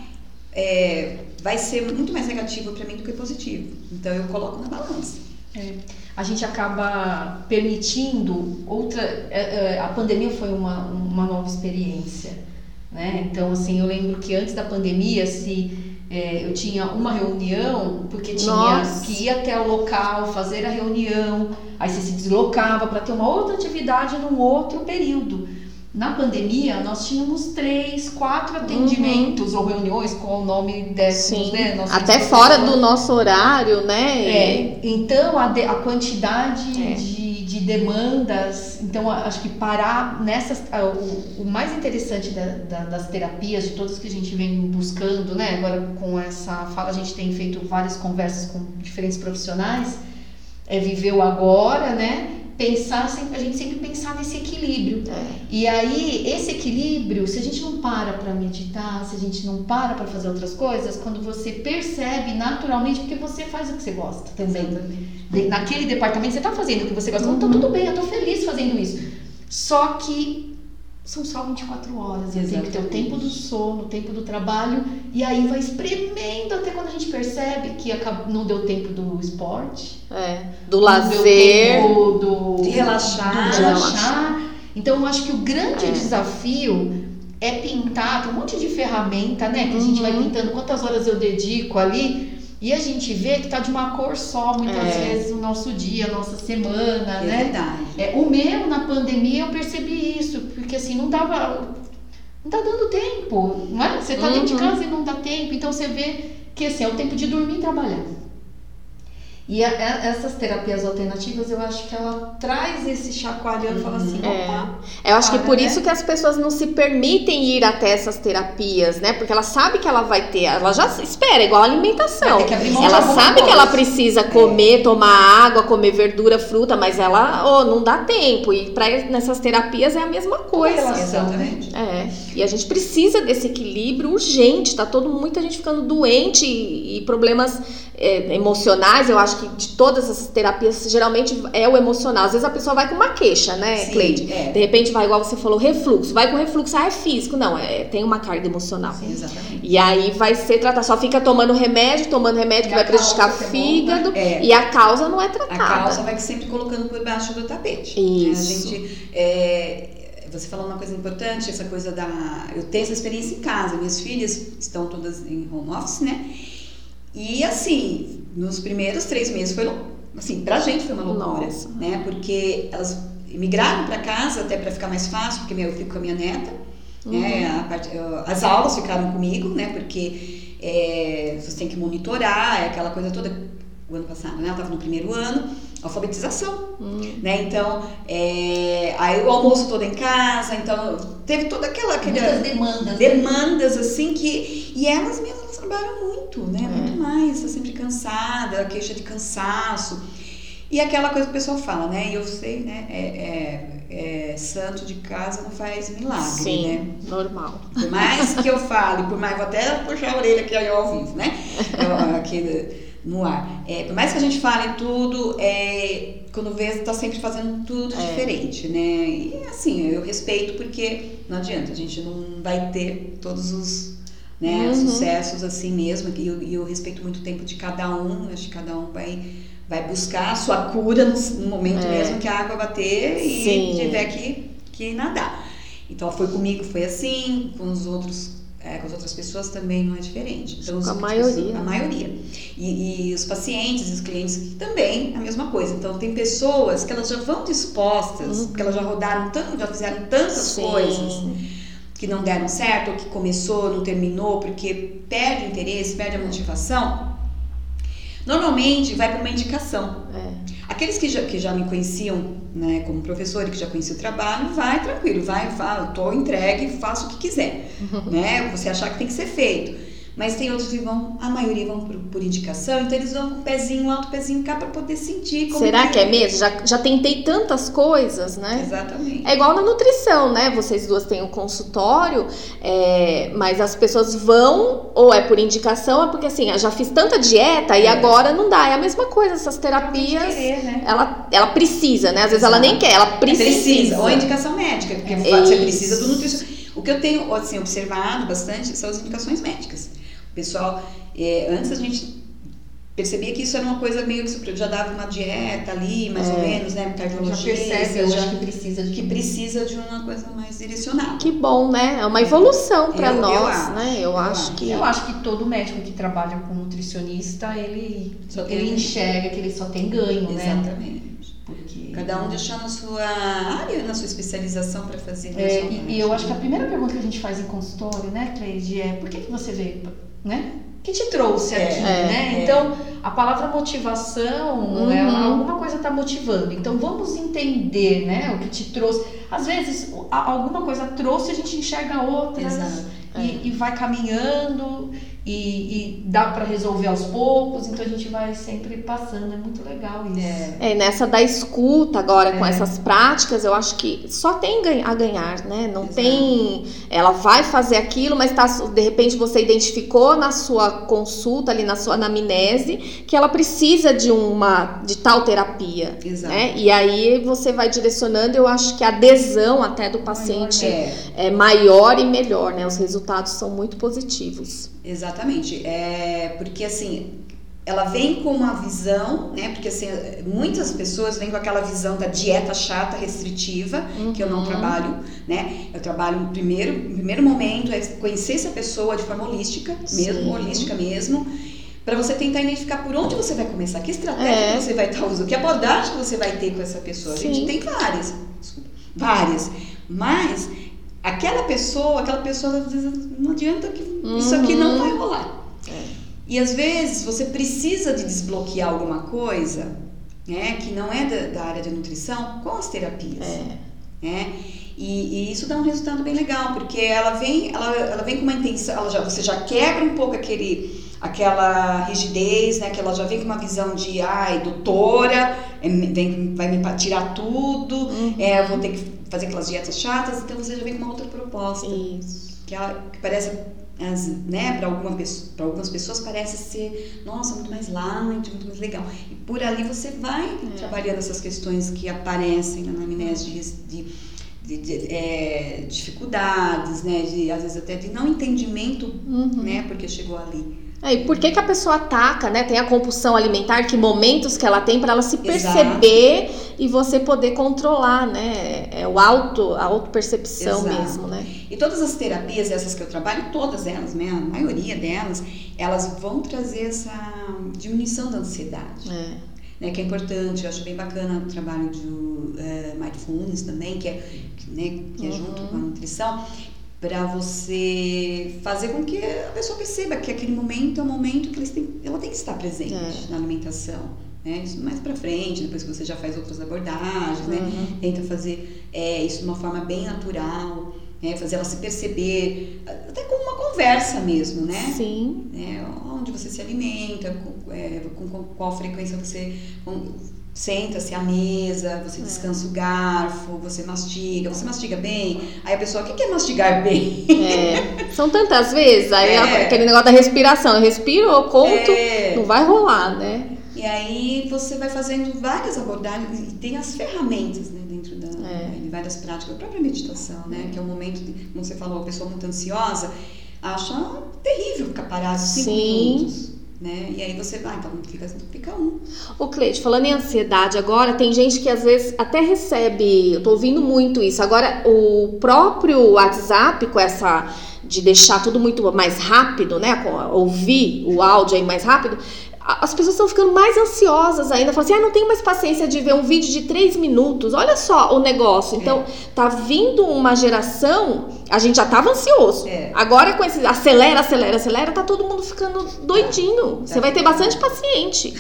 é, vai ser muito mais negativo para mim do que positivo. Então, eu coloco na balança. É. A gente acaba permitindo outra... A pandemia foi uma, uma nova experiência, né? Então, assim, eu lembro que antes da pandemia, se é, eu tinha uma reunião, porque tinha Nossa. que ir até o local, fazer a reunião, aí você se deslocava para ter uma outra atividade num outro período. Na pandemia, nós tínhamos três, quatro atendimentos uhum. ou reuniões com o nome desses, né? Nosso Até fora do nosso horário, né? É, então, a, de, a quantidade é. de, de demandas... Então, acho que parar nessas... O, o mais interessante da, da, das terapias, de todas que a gente vem buscando, né? Agora, com essa fala, a gente tem feito várias conversas com diferentes profissionais. É viver o agora, né? Pensar, sempre, a gente sempre pensar nesse equilíbrio. É. E aí, esse equilíbrio, se a gente não para para meditar, se a gente não para para fazer outras coisas, quando você percebe naturalmente, porque você faz o que você gosta também. De, naquele departamento, você está fazendo o que você gosta. Uhum. Então, tá tudo bem, eu estou feliz fazendo isso. Só que são só vinte e quatro horas. Eu tenho que ter o tempo do sono, o tempo do trabalho, e aí vai espremendo até quando a gente percebe que não deu tempo do esporte, é, do lazer, do, do, de relaxar. Do, de relaxar. Então, eu acho que o grande é. desafio é pintar, tem um monte de ferramenta, né? Que uhum. a gente vai pintando quantas horas eu dedico ali, e a gente vê que tá de uma cor só, muitas é. vezes, o nosso dia, a nossa semana, é né? Verdade. É, o meu, na pandemia, eu percebi isso, porque assim, não dava, não tá dando tempo, não é? Você tá uhum. dentro de casa e não dá tempo, então você vê que assim, é o tempo de dormir e trabalhar. E a, a, essas terapias alternativas, eu acho que ela traz esse chacoalhão e fala assim, opa, é. Eu acho para, que por né? isso que as pessoas não se permitem ir até essas terapias, né? Porque ela sabe que ela vai ter, ela já espera, igual a alimentação. Vai ter que abrir mão de Ela alguma sabe que coisa. ela precisa comer, é. tomar água, comer verdura, fruta, mas ela, oh, não dá tempo. E pra, nessas terapias é a mesma coisa. Exatamente. É. E a gente precisa desse equilíbrio urgente. Tá todo, muita gente ficando doente e, e problemas é, emocionais. Eu acho que de todas essas terapias, geralmente é o emocional. Às vezes a pessoa vai com uma queixa, né, Cleide? É. De repente vai, igual você falou, refluxo. Vai com refluxo, ah, é físico. Não, é, tem uma carga emocional. Sim, exatamente. E aí vai ser tratado. Só fica tomando remédio, tomando remédio que vai prejudicar o fígado. É. E a causa não é tratada. A causa vai sempre colocando por baixo do tapete. Isso. Né? A gente... É... Você falou uma coisa importante, essa coisa da... Eu tenho essa experiência em casa. Minhas filhas estão todas em home office, né? E assim, nos primeiros três meses foi, assim, pra gente foi uma loucura, Nossa. né? Porque elas migraram pra casa até pra ficar mais fácil, porque eu fico com a minha neta, uhum. né? A parte, as aulas ficaram comigo, né? Porque é, você tem que monitorar, é aquela coisa toda. O ano passado, né? Ela estava no primeiro ano, alfabetização, hum. né? Então, é, aí o almoço todo em casa, então teve toda aquela... aquela Muitas demandas. Demandas, assim, que... E elas mesmas elas trabalham muito, né? É. Muito mais, tá sempre cansada, queixa de cansaço. E aquela coisa que o pessoal fala, né? E eu sei, né? É, é, é, santo de casa não faz milagre, Sim, né? normal. Por mais que eu fale, por mais... Vou até puxar a orelha aqui ao vivo, né? Eu, aqui... no ar. É, por mais que a gente fale tudo, é, quando vê, tá sempre fazendo tudo é. diferente, né? E assim, eu respeito porque não adianta, a gente não vai ter todos os né, uhum. sucessos assim mesmo, e eu, eu respeito muito o tempo de cada um, acho que cada um vai, vai buscar a sua cura no, no momento é. mesmo que a água bater e Sim. tiver que, que nadar. Então foi comigo, foi assim, com os outros É, com as outras pessoas também não é diferente. Então, a os, maioria. A maioria. E, e os pacientes, os clientes também a mesma coisa. Então, tem pessoas que elas já vão dispostas, uhum. porque elas já rodaram tanto, já fizeram tantas Sim. coisas que não deram certo, ou que começou, não terminou, porque perde o interesse, perde a motivação. Normalmente vai para uma indicação. É. Aqueles que já, que já me conheciam, né, como professor e que já conhecia o trabalho, vai tranquilo, vai, fala, tô entregue, faço o que quiser, né? Você achar que tem que ser feito. Mas tem outros que vão, a maioria vão por, por indicação, então eles vão com o pezinho lá, o pezinho cá para poder sentir como Será que é mesmo? Já, já tentei tantas coisas, né? Exatamente. É igual na nutrição, né? Vocês duas têm um consultório, é, mas as pessoas vão, ou é por indicação, é porque assim, eu já fiz tanta dieta é. e agora não dá. É a mesma coisa, essas terapias, querer, né? ela, ela precisa, né? Às vezes Exato. ela nem quer, ela precisa. precisa. Ou indicação médica, porque é você precisa do nutricionista. O que eu tenho assim, observado bastante são as indicações médicas. O pessoal, é, antes a gente percebia que isso era uma coisa meio que já dava uma dieta ali, mais é. ou menos, né? Cardiologia. Já percebe hoje que precisa de que precisa de uma coisa mais direcionada. Que bom, né? É uma evolução para nós, eu acho, né? Eu, eu acho, acho que eu acho que todo médico que trabalha com nutricionista, ele ele enxerga que ele só tem ganho, Exatamente. né? Exatamente. Porque cada um deixando a sua área, na sua especialização para fazer. É, e, e eu acho que a primeira pergunta que a gente faz em consultório, né, Cleide, é por que, que você veio, né? O que te trouxe aqui, é, né? É. Então, a palavra motivação, uhum. é, alguma coisa está motivando. Então, vamos entender, né, o que te trouxe. Às vezes, alguma coisa trouxe, a gente enxerga outras e, é. e vai caminhando e, e dá para resolver aos poucos. Então, a gente vai sempre passando. É muito legal isso. É, é nessa da escuta agora, é. com essas práticas, eu acho que só tem a ganhar, né? Não Exato. tem... Ela vai fazer aquilo, mas tá, de repente você identificou na sua consulta, ali na sua anamnese, que ela precisa de uma de tal terapia. Exato. Né? E aí você vai direcionando, eu acho que a adesão até do paciente é. é maior e melhor, né? Os resultados são muito positivos. Exatamente. É, porque assim, ela vem com uma visão, né? Porque assim, muitas pessoas vêm com aquela visão da dieta chata, restritiva, uhum. que eu não trabalho, né? Eu trabalho no primeiro, no primeiro momento é conhecer essa pessoa de forma holística, Sim. mesmo, holística mesmo, para você tentar identificar por onde você vai começar, que estratégia é. você vai estar usando, que abordagem você vai ter com essa pessoa. Sim. A gente tem várias, várias, mas aquela pessoa, aquela pessoa não adianta que uhum. isso aqui não vai rolar. É. E às vezes você precisa de desbloquear alguma coisa, né, que não é da, da área de nutrição, com as terapias. É. Né? E, e isso dá um resultado bem legal, porque ela vem, ela, ela vem com uma intenção, ela já, você já quebra um pouco aquele, aquela rigidez, né? Que ela já vem com uma visão de, ai, doutora, é, vem, vai me tirar tudo, uhum. é, vou ter que fazer aquelas dietas chatas, então você já vem com uma outra proposta. Isso. Que, ela, que parece, as, né, para alguma, para algumas pessoas parece ser, nossa, muito mais light, muito mais legal. E por ali você vai é. trabalhando essas questões que aparecem na anamnese de, de De, de, é, dificuldades, né, de, às vezes até de não entendimento, uhum. né, porque chegou ali. É, e por que que a pessoa ataca, né, tem a compulsão alimentar, que momentos que ela tem para ela se perceber. Exato. E você poder controlar, né, é o auto, a autopercepção mesmo, né. E todas as terapias, essas que eu trabalho, todas elas, né, a maioria delas, elas vão trazer essa diminuição da ansiedade. É. Né, que é importante, eu acho bem bacana o trabalho de uh, Mindfulness também, que é, que, né, que é uhum. junto com a nutrição, para você fazer com que a pessoa perceba que aquele momento é um momento que eles têm, ela tem que estar presente é. na alimentação. Né? Isso mais pra frente, depois que você já faz outras abordagens, uhum. né? Tenta fazer é, isso de uma forma bem natural, né? Fazer ela se perceber, até como uma conversa mesmo, né? Sim. É, onde você se alimenta, com, é, com, com qual frequência você com, senta-se à mesa, você descansa é. o garfo, você mastiga, você mastiga bem. Aí a pessoa, o que é mastigar bem? É, são tantas vezes, aí é. aquele negócio da respiração, eu respiro, eu conto, é. não vai rolar, né? E aí você vai fazendo várias abordagens e tem as ferramentas, né, dentro da, é. né, várias práticas, a própria meditação, né, que é um momento, de, como você falou, a pessoa muito ansiosa, acha terrível ficar parado cinco Sim. minutos. Né? E aí você vai, então fica, fica um. Ô Cleide, falando em ansiedade agora, tem gente que às vezes até recebe, eu tô ouvindo muito isso, agora o próprio WhatsApp com essa de deixar tudo muito mais rápido, né, ouvir o áudio aí mais rápido, as pessoas estão ficando mais ansiosas ainda, falam assim, ah, não tenho mais paciência de ver um vídeo de três minutos, olha só o negócio. Então, é. tá vindo uma geração, a gente já tava ansioso, é. agora com esse acelera, acelera, acelera, tá todo mundo ficando doidinho, você vai ter bastante paciente,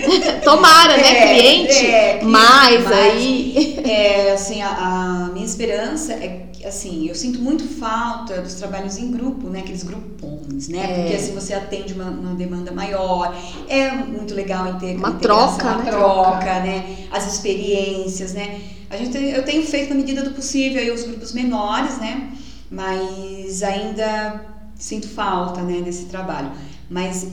tomara, é, né, cliente, é, mais aí. É, assim, a, a minha esperança é que, assim, eu sinto muito falta dos trabalhos em grupo, né, aqueles grupões, né, é. porque assim você atende uma, uma demanda maior. É muito legal em ter uma troca, uma né? troca, né? As experiências, né? A gente tem, eu tenho feito na medida do possível aí os grupos menores, né? Mas ainda sinto falta, né, desse trabalho. Mas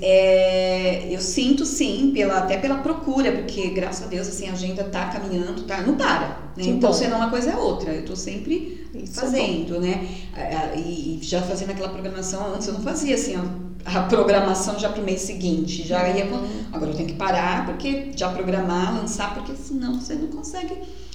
é, eu sinto sim, pela, até pela procura, porque graças a Deus assim, a agenda tá caminhando, tá, não para. Né? Então, senão uma coisa é outra. Eu tô sempre Isso fazendo, é né? E, e já fazendo aquela programação antes, eu não fazia assim, ó, a programação já pro mês seguinte, já ia com... Agora eu tenho que parar, porque já programar, lançar, porque senão você não consegue...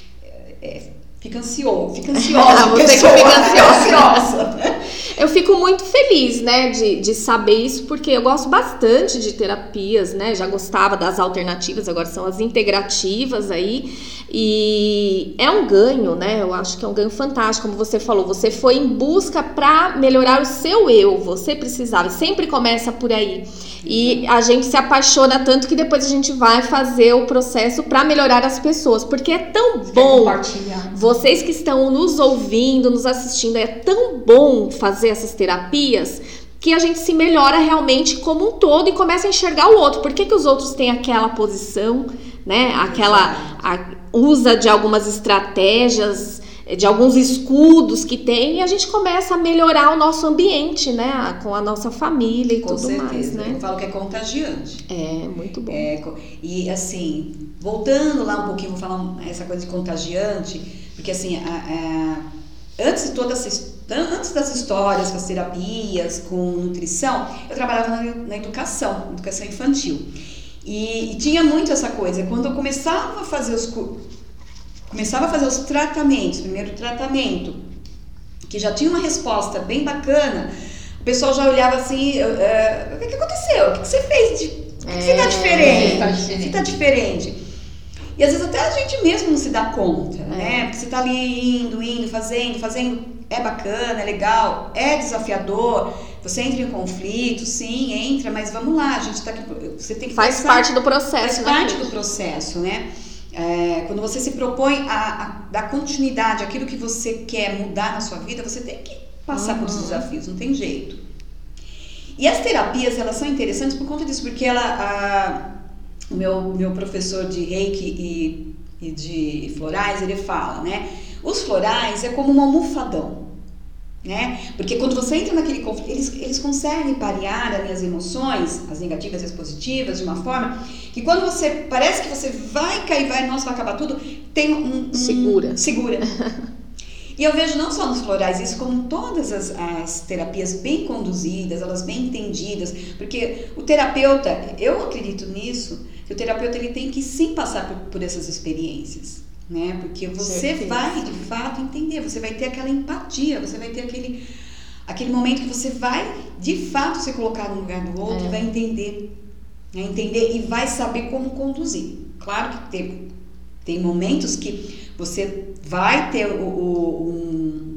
É, fica ansioso, fica ansiosa. Você que fica ansiosa. Eu fico muito feliz, né, de, de saber isso, porque eu gosto bastante de terapias, né, já gostava das alternativas, agora são as integrativas aí, e é um ganho, né, eu acho que é um ganho fantástico, como você falou, você foi em busca para melhorar o seu eu, você precisava, sempre começa por aí, e a gente se apaixona tanto que depois a gente vai fazer o processo para melhorar as pessoas, porque é tão bom, vocês que estão nos ouvindo, nos assistindo, é tão bom fazer essas terapias que a gente se melhora realmente como um todo e começa a enxergar o outro. Por que que os outros têm aquela posição, né? Aquela a, usa de algumas estratégias, de alguns escudos que tem, e a gente começa a melhorar o nosso ambiente, né? Com a nossa família e com tudo certeza. mais, né? Eu falo que é contagiante. É, muito bom. É, e assim, voltando lá um pouquinho, vou falar essa coisa de contagiante, porque assim, a, a, antes de toda essa antes das histórias com as terapias, com nutrição, eu trabalhava na, na educação, educação infantil. E, e tinha muito essa coisa, quando eu começava a fazer os começava a fazer os tratamentos, primeiro tratamento, que já tinha uma resposta bem bacana, o pessoal já olhava assim, uh, o que, que aconteceu? O que, que você fez? De, o que, é, que você tá diferente? Tá diferente. Você tá diferente. E às vezes até a gente mesmo não se dá conta, é. né? Porque você tá ali indo, indo, fazendo, fazendo, é bacana, é legal, é desafiador, você entra em conflito, sim, entra, mas vamos lá, a gente tá aqui, você tem que Faz pensar, parte do processo, faz né? parte do processo, né? É, quando você se propõe a, a dar continuidade àquilo que você quer mudar na sua vida, você tem que passar Uhum. por esses desafios, não tem jeito. E as terapias, elas são interessantes por conta disso, porque ela, a, o meu, meu professor de Reiki e, e de florais, ele fala, né? Os florais é como um almofadão, né? Porque quando você entra naquele conflito, eles, eles conseguem parear ali as emoções, as negativas e as positivas, de uma forma que quando você, parece que você vai cair, vai, nossa, vai acabar tudo, tem um... um Segura. Segura. E eu vejo não só nos florais isso, como todas as, as terapias bem conduzidas, elas bem entendidas, porque o terapeuta, eu acredito nisso, que o terapeuta ele tem que sim passar por, por essas experiências, né? Porque você Certeza. vai de fato entender, você vai ter aquela empatia, você vai ter aquele, aquele momento que você vai de fato se colocar no lugar do outro, É. e vai entender, né? Entender e vai saber como conduzir. Claro que tem, tem momentos que você vai ter o, o, um,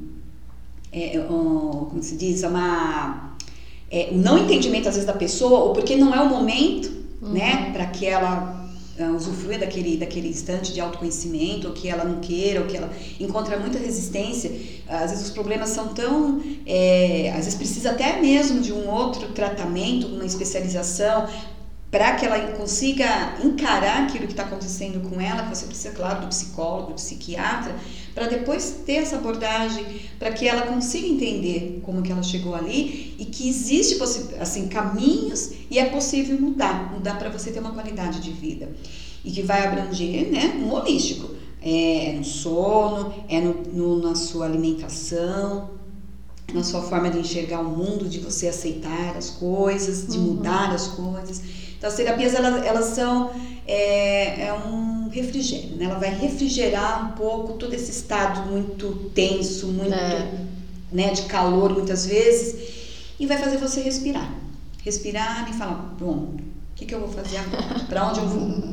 é, um, como se diz, uma, é, um não entendimento às vezes da pessoa, ou porque não é o momento, Uhum. né, para que ela uh, usufrua daquele, daquele instante de autoconhecimento, ou que ela não queira, ou que ela encontra muita resistência. Às vezes os problemas são tão, é, às vezes precisa até mesmo de um outro tratamento, uma especialização, para que ela consiga encarar aquilo que está acontecendo com ela, que você precisa, claro, do psicólogo, do psiquiatra, para depois ter essa abordagem, para que ela consiga entender como que ela chegou ali e que existe assim, caminhos e é possível mudar, mudar para você ter uma qualidade de vida. E que vai abranger, né, um holístico. É no sono, é no, no, na sua alimentação, na sua forma de enxergar o mundo, de você aceitar as coisas, de Uhum. mudar as coisas. Então, as terapias, elas, elas são é, é um refrigério, né? Ela vai refrigerar um pouco todo esse estado muito tenso, muito É. né, de calor muitas vezes, e vai fazer você respirar. Respirar e falar, bom, o que, que eu vou fazer agora? Para onde eu vou?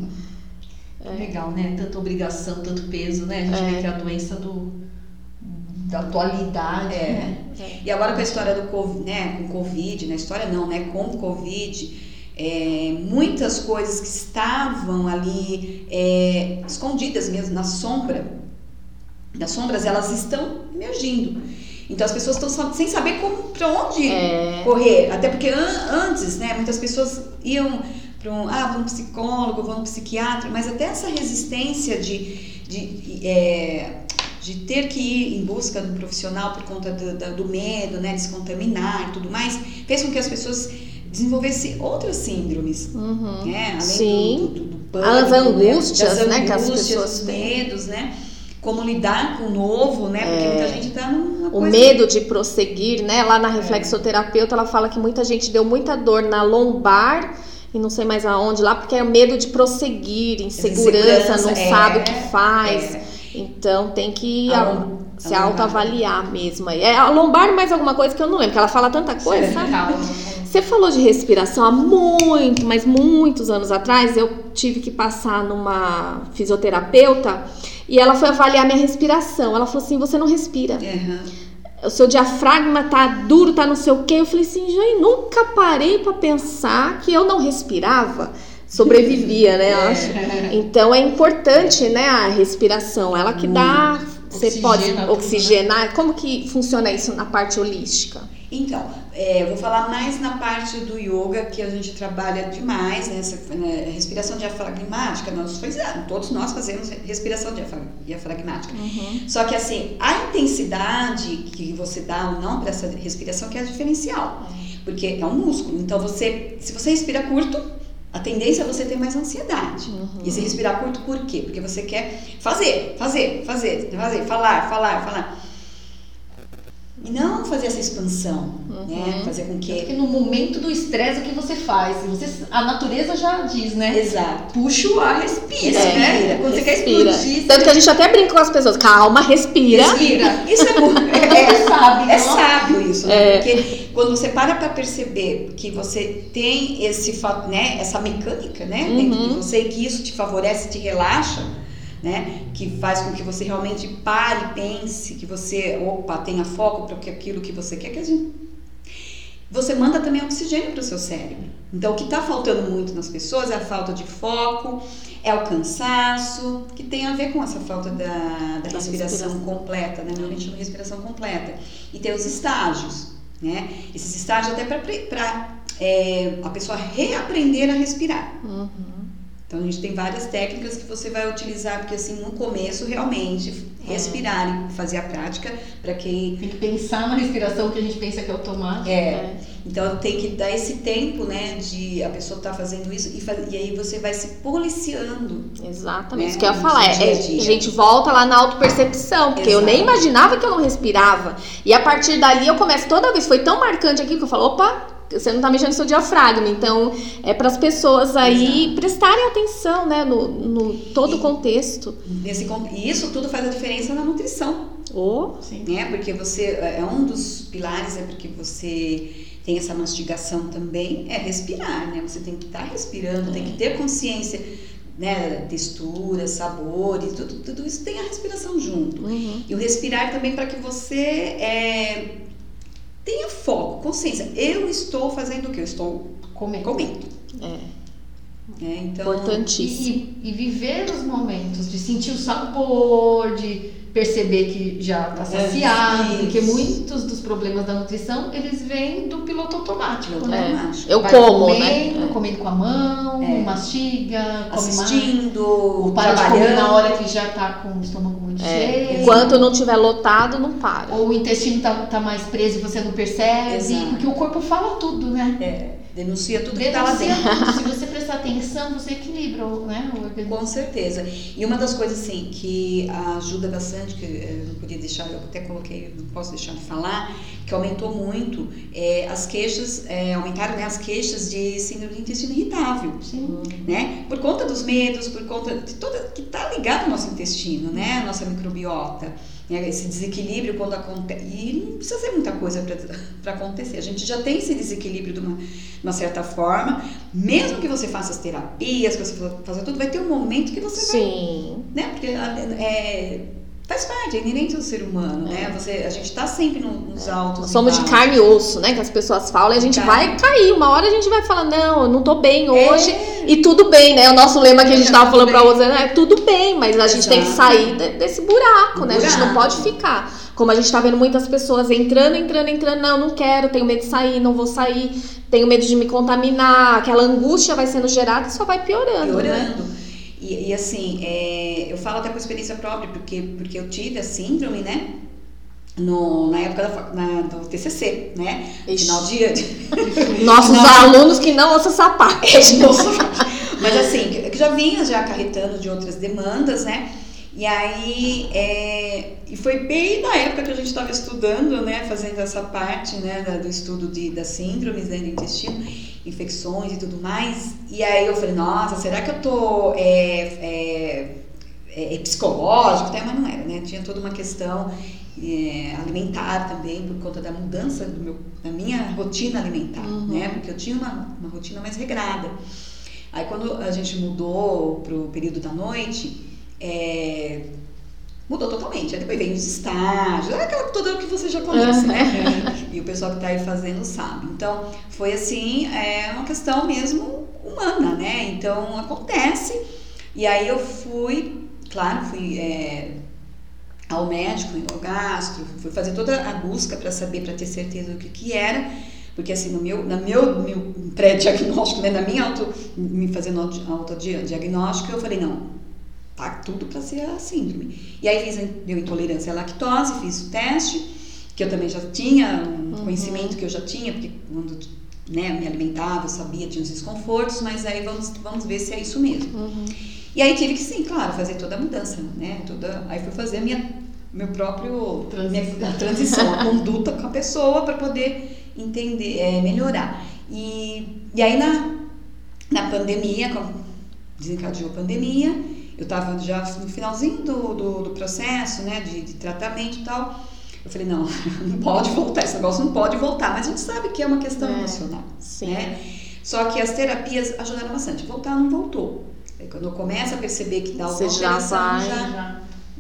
É. Legal, né? Tanta obrigação, tanto peso, né? A gente É. vê que é a doença do, da atualidade, É. né? É. E agora com a história do Covid, né, com Covid, na história não, né, com o Covid, é, muitas coisas que estavam ali é, escondidas mesmo na sombra, nas sombras, elas estão emergindo. Então as pessoas estão sem saber como, para onde É. correr, até porque an- antes, né, muitas pessoas iam para um, ah, vou no psicólogo, vou no psiquiatra, mas até essa resistência de, de é, de ter que ir em busca do profissional por conta do, do, do medo, né, de se contaminar e tudo mais, fez com que as pessoas desenvolvessem outras síndromes, Uhum. né, além Sim. do, do, do pânico, As angústias, das né, que as angústias, pessoas os têm. medos, né, como lidar com o novo, né, porque muita gente tá numa O coisa... medo de prosseguir, né? Lá na reflexoterapeuta, ela fala que muita gente deu muita dor na lombar e não sei mais aonde lá, porque é o medo de prosseguir, insegurança, insegurança, não é, sabe o que faz. é. Então tem que A a- lom- se a lombar. autoavaliar mesmo. É a lombar mais alguma coisa que eu não lembro, porque ela fala tanta coisa, sabe? Calma. Você falou de respiração há muito, mas muitos anos atrás, eu tive que passar numa fisioterapeuta e ela foi avaliar minha respiração. Ela falou assim, você não respira. Uhum. O seu diafragma tá duro, tá não sei o quê. Eu falei assim, gente, nunca parei pra pensar que eu não respirava. Sobrevivia, né, eu acho. Então é importante, né, a respiração. Ela que dá, você Oxigena pode tudo, oxigenar. Como que funciona isso na parte holística? Então, é, eu vou falar mais na parte do yoga, que a gente trabalha demais, né, essa, né, respiração diafragmática, nós fazemos, todos nós fazemos respiração diafra- diafragmática. Uhum. Só que assim, a intensidade que você dá ou não para essa respiração que é diferencial, porque é um músculo, então você, se você respira curto, a tendência é você ter mais ansiedade. Uhum. E se respirar curto, por quê? Porque você quer fazer, fazer, fazer, fazer, falar, falar, falar. E não fazer essa expansão, Uhum. né? Fazer com Porque que... no momento do estresse, o que você faz? Você, a natureza já diz, né? Exato. Puxa o ar, respira, Respira, né? Quando você quer Respira. explodir, Tanto que a gente até brinca com as pessoas, calma, respira. respira. Isso é bom. Você sabe, É não? sábio isso, né? É. Porque quando você para para perceber que você tem esse fato, né? Essa mecânica, né? Uhum. Dentro de você e que isso te favorece, te relaxa, né? Que faz com que você realmente pare, pense, que você, opa, tenha foco para aquilo que você quer, que a gente você manda também oxigênio para o seu cérebro. Então, o que está faltando muito nas pessoas é a falta de foco, é o cansaço, que tem a ver com essa falta da, da respiração, respiração completa, né? Normalmente chama respiração completa. E tem os estágios, né? Esses estágios até para é, a pessoa reaprender a respirar. Uhum. Então, a gente tem várias técnicas que você vai utilizar, porque assim, no começo, realmente, respirar e fazer a prática para que... Tem que pensar na respiração, que a gente pensa que é automático. É, né? Então tem que dar esse tempo, né, de a pessoa estar tá fazendo isso e, faz, e aí você vai se policiando. Exatamente, né, isso que eu ia falar, é, dia a, dia. a gente volta lá na autopercepção, porque Exato. Eu nem imaginava que eu não respirava. E a partir dali eu começo, toda vez, foi tão marcante aqui que eu falo, opa, você não tá mexendo no seu diafragma. Então, é para as pessoas aí Exato. Prestarem atenção, né, no, no todo o contexto. Nesse, e isso tudo faz a diferença na nutrição. Oh. Sim. Né, porque você, é um dos pilares, é porque você tem essa mastigação também, é respirar, né, você tem que estar tá respirando, é. Tem que ter consciência, né, textura, sabores, tudo, tudo isso tem a respiração junto. Uhum. E o respirar também para que você... É, tenha foco, consciência. Eu estou fazendo o que? Eu estou comendo. comendo. É. É, então, importantíssimo. E, e viver os momentos, de sentir o sabor, de perceber que já está saciado, é, porque muitos dos problemas da nutrição, eles vêm do piloto automático, piloto né? automático. Eu Vai como, comendo, né? comendo com a mão, é. mastiga, come assistindo, mais, para de comer na hora que já está com o estômago muito é. cheio. Enquanto não estiver lotado, não para. Ou o intestino está tá mais preso e você não percebe, Exato. Porque o corpo fala tudo, né? É. Denuncia tudo Denuncia que está lá dentro. Tudo. Se você prestar atenção, você equilibra, né, o organismo. Com certeza. E uma das coisas assim que ajuda bastante, que eu não podia deixar, eu até coloquei, não posso deixar de falar, que aumentou muito é, as queixas, é, aumentaram, né, as queixas de síndrome do intestino irritável. Sim. Né? Por conta dos medos, por conta de toda que está ligado ao nosso intestino, né, a nossa microbiota. Esse desequilíbrio quando acontece, e não precisa ser muita coisa para acontecer, a gente já tem esse desequilíbrio de uma, de uma certa forma, mesmo que você faça as terapias, que você faça tudo, vai ter um momento que você Sim. vai, né, porque é, faz parte, é inerente ao ser humano, é. né, você, a gente está sempre nos altos. Nós somos de carne e osso, né, que as pessoas falam, e a gente carne. vai cair, uma hora a gente vai falar, não, eu não tô bem hoje, é. e tudo bem, né, o nosso lema que a gente tava falando pra Rosana é tudo bem, mas a gente Exato. tem que sair de, desse buraco, né, buraco. A gente não pode ficar, como a gente tá vendo muitas pessoas entrando, entrando, entrando, não, não quero, tenho medo de sair, não vou sair, tenho medo de me contaminar, aquela angústia vai sendo gerada e só vai piorando, piorando. né. E, e assim, é, eu falo até por experiência própria, porque, porque eu tive a síndrome, né, no, na época da, na, do T C C, né, Ixi. final de ano. Nossos não. alunos que não ouçam essa parte. Mas assim, que já vinha já acarretando de outras demandas, né, e aí, é, e foi bem na época que a gente estava estudando, né, fazendo essa parte, né, da, do estudo de, das síndromes, né, do intestino, infecções e tudo mais, e aí eu falei, nossa, será que eu tô é, é, é, é psicológico? Até, mas não era, né, tinha toda uma questão é, alimentar também, por conta da mudança do meu, da minha rotina alimentar, uhum. né, porque eu tinha uma, uma rotina mais regrada. Aí quando a gente mudou pro período da noite, É, mudou totalmente. Aí depois vem os estágios, é aquela toda que você já conhece, uhum. né? E o pessoal que está aí fazendo sabe. Então, foi assim, é uma questão mesmo humana, né? Então, acontece. E aí eu fui, claro, fui é, ao médico, ao gastro, fui fazer toda a busca para saber, para ter certeza do que que era. Porque assim, no meu, no meu, meu pré-diagnóstico, né? Na minha auto, me fazendo autodiagnóstico, eu falei, não, tá tudo para ser a síndrome. E aí fiz, deu intolerância à lactose, fiz o teste, que eu também já tinha um uhum. conhecimento que eu já tinha, porque quando, né, me alimentava, eu sabia, tinha os desconfortos, mas aí vamos, vamos ver se é isso mesmo. Uhum. E aí tive que, sim, claro, fazer toda a mudança, né, toda, aí fui fazer a minha, meu próprio, minha, a transição, a conduta com a pessoa para poder entender, é, melhorar. E, e aí na, na pandemia, desencadeou a pandemia, eu estava já no finalzinho do, do, do processo, né, de, de tratamento e tal. Eu falei, não, não pode voltar, esse negócio não pode voltar. Mas a gente sabe que é uma questão é, emocional, sim. né? Só que as terapias ajudaram bastante. Voltar não voltou. Aí quando eu começo a perceber que dá alguma Você já vai... já,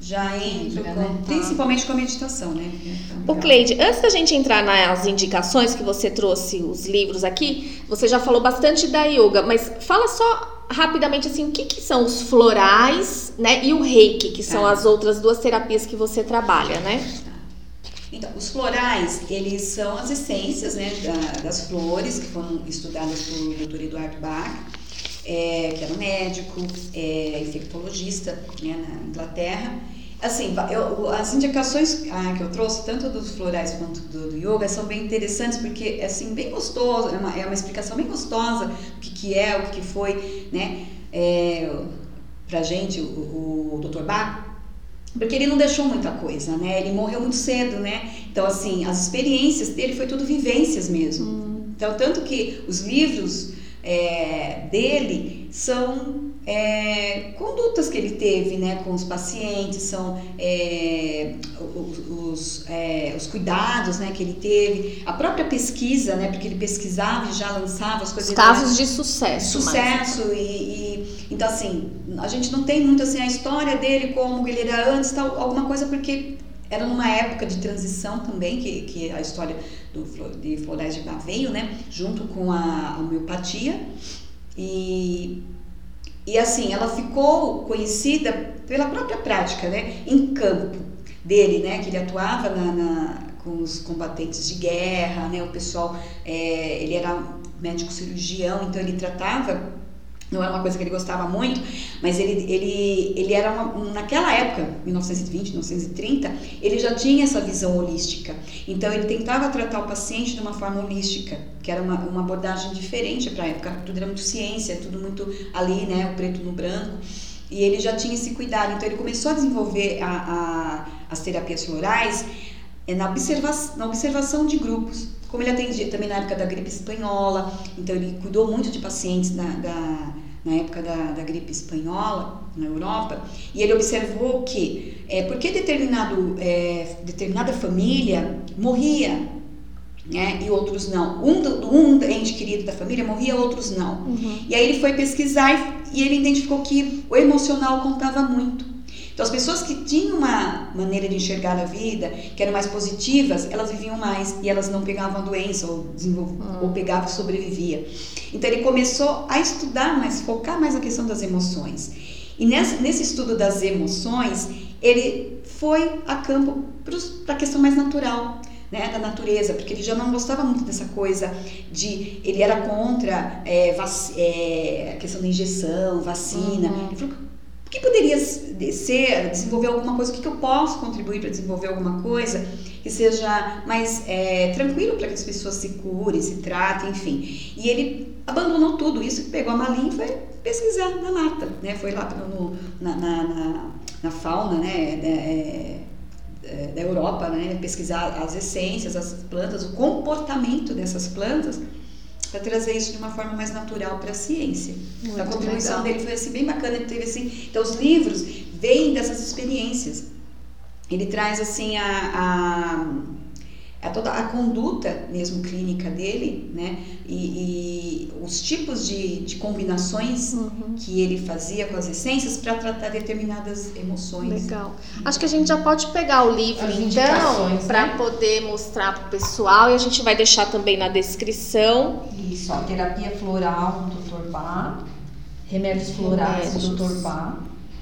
já entro Entra, com, né? principalmente com a meditação, né? Ô Cleide, antes da gente entrar nas indicações que você trouxe, os livros aqui, você já falou bastante da yoga, mas fala só rapidamente assim, o que, que são os florais, né, e o reiki, que são Tá. as outras duas terapias que você trabalha, né? Então, os florais, eles são as essências, né, da, das flores que foram estudadas pelo doutor Eduardo Bach, é, que era um médico, é, infectologista, né, na Inglaterra. Assim, eu, as indicações ah, que eu trouxe, tanto dos florais quanto do, do yoga, são bem interessantes, porque é assim, bem gostoso, é uma, é uma explicação bem gostosa do que, que é, o que, que foi, né, é, pra gente, o, o doutor Bach, porque ele não deixou muita coisa, né, ele morreu muito cedo, né, então assim, as experiências dele foi tudo vivências mesmo, hum. Então, tanto que os livros é, dele são é, condutas que ele teve, né, com os pacientes, são é, os, os, é, os cuidados, né, que ele teve, a própria pesquisa, né, porque ele pesquisava e já lançava as coisas. Os casos de sucesso. Sucesso e, e então assim, a gente não tem muito assim a história dele como ele era antes, tal, alguma coisa, porque era numa época de transição também, que, que a história do, de Florais de Bach veio, né, junto com a, a homeopatia, e, e assim, ela ficou conhecida pela própria prática, né, em campo dele, né, que ele atuava na, na, com os combatentes de guerra, né, o pessoal, é, ele era médico cirurgião, então ele tratava. Não era uma coisa que ele gostava muito, mas ele, ele, ele era uma, naquela época, mil novecentos e vinte, mil novecentos e trinta, ele já tinha essa visão holística. Então ele tentava tratar o paciente de uma forma holística, que era uma, uma abordagem diferente para a época. Tudo era muito ciência, tudo muito ali, né, o preto no branco. E ele já tinha esse cuidado. Então ele começou a desenvolver a, a, as terapias florais na, observa, na observação de grupos. Como ele atendia também na época da gripe espanhola, então ele cuidou muito de pacientes da, da, na época da, da gripe espanhola na Europa, e ele observou que é, porque determinado, é, determinada família morria, né, e outros não. Um, um ente querido da família morria, outros não. Uhum. E aí ele foi pesquisar e, e ele identificou que o emocional contava muito. Então, as pessoas que tinham uma maneira de enxergar a vida, que eram mais positivas, elas viviam mais e elas não pegavam a doença ou, desenvolv... hum. ou pegavam e sobreviviam. Então, ele começou a estudar mais, focar mais na questão das emoções. E nesse, nesse estudo das emoções, ele foi a campo para a questão mais natural, né, da natureza, porque ele já não gostava muito dessa coisa de... Ele era contra é, vac, é, a questão da injeção, vacina. Uhum. Ele falou, o que poderia ser, desenvolver alguma coisa, o que, que eu posso contribuir para desenvolver alguma coisa que seja mais é, tranquilo para que as pessoas se curem, se tratem, enfim. E ele abandonou tudo isso, pegou a malinha e foi pesquisar na mata, né? Foi lá no, na, na, na, na fauna, né? Da, é, da Europa, né? Pesquisar as essências, as plantas, o comportamento dessas plantas, para trazer isso de uma forma mais natural para a ciência. Muito a contribuição legal. Dele foi assim, bem bacana. Ele teve assim, então os livros vêm dessas experiências. Ele traz assim a, a, a toda a conduta mesmo clínica dele, né? E, e os tipos de, de combinações uhum. que ele fazia com as essências para tratar determinadas emoções. Legal. Acho que a gente já pode pegar o livro as então para né? poder mostrar para o pessoal, e a gente vai deixar também na descrição. Isso, ó, terapia floral do doutor Bach, remédios florais remédios. do doutor Bach.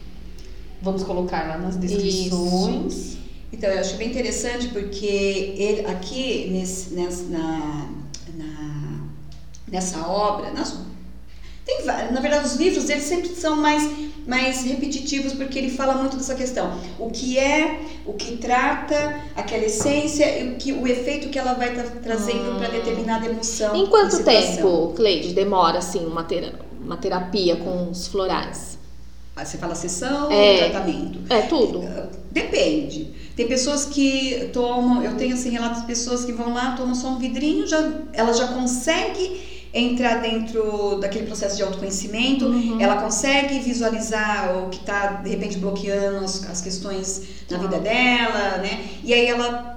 Vamos colocar lá nas descrições. Isso. Então, eu acho bem interessante porque ele aqui nesse, nessa, na, na, nessa obra, nas, tem, na verdade os livros eles sempre são mais, mais repetitivos, porque ele fala muito dessa questão. O que é, o que trata, aquela essência e o, que, o efeito que ela vai estar tá trazendo hum. para determinada emoção. Em quanto tempo, Cleide, demora assim, uma, ter, uma terapia com os florais? Você fala sessão ou é, tratamento? É tudo. Depende. Tem pessoas que tomam, eu tenho assim relatos de pessoas que vão lá, tomam só um vidrinho, já, ela já consegue entrar dentro daquele processo de autoconhecimento, uhum. ela consegue visualizar o que está de repente bloqueando as, as questões na uhum. vida dela, né? E aí ela,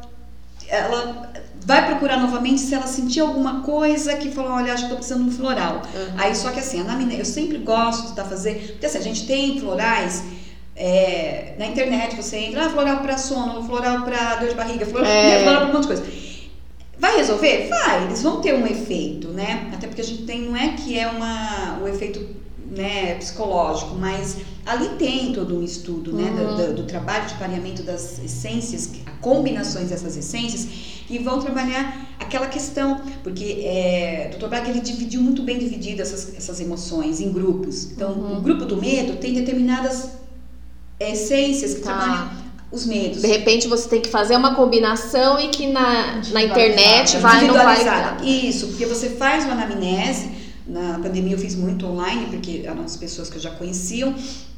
ela vai procurar novamente se ela sentir alguma coisa que falou, olha, acho que estou precisando de um floral. Uhum. Aí só que assim, a anamnese, eu sempre gosto de estar fazendo, porque assim, a gente tem florais É, na internet você entra, ah, floral para sono, floral para dor de barriga, floral, É. floral para um monte de coisa. Vai resolver? Vai, eles vão ter um efeito, né? Até porque a gente tem, não é que é uma, um efeito, né, psicológico, mas ali tem todo um estudo, né, Uhum. do, do, do trabalho de pareamento das essências, combinações dessas essências, que vão trabalhar aquela questão, porque é, o doutor Braga, ele dividiu muito bem dividido essas, essas emoções em grupos. Então, Uhum. o grupo do medo tem determinadas essências que Tá. trabalham os medos. De repente você tem que fazer uma combinação e que na, na internet Individualizada. vai não vai. Individualizada. Isso, porque você faz uma anamnese. Na pandemia eu fiz muito online, porque eram as pessoas que eu já conheciam.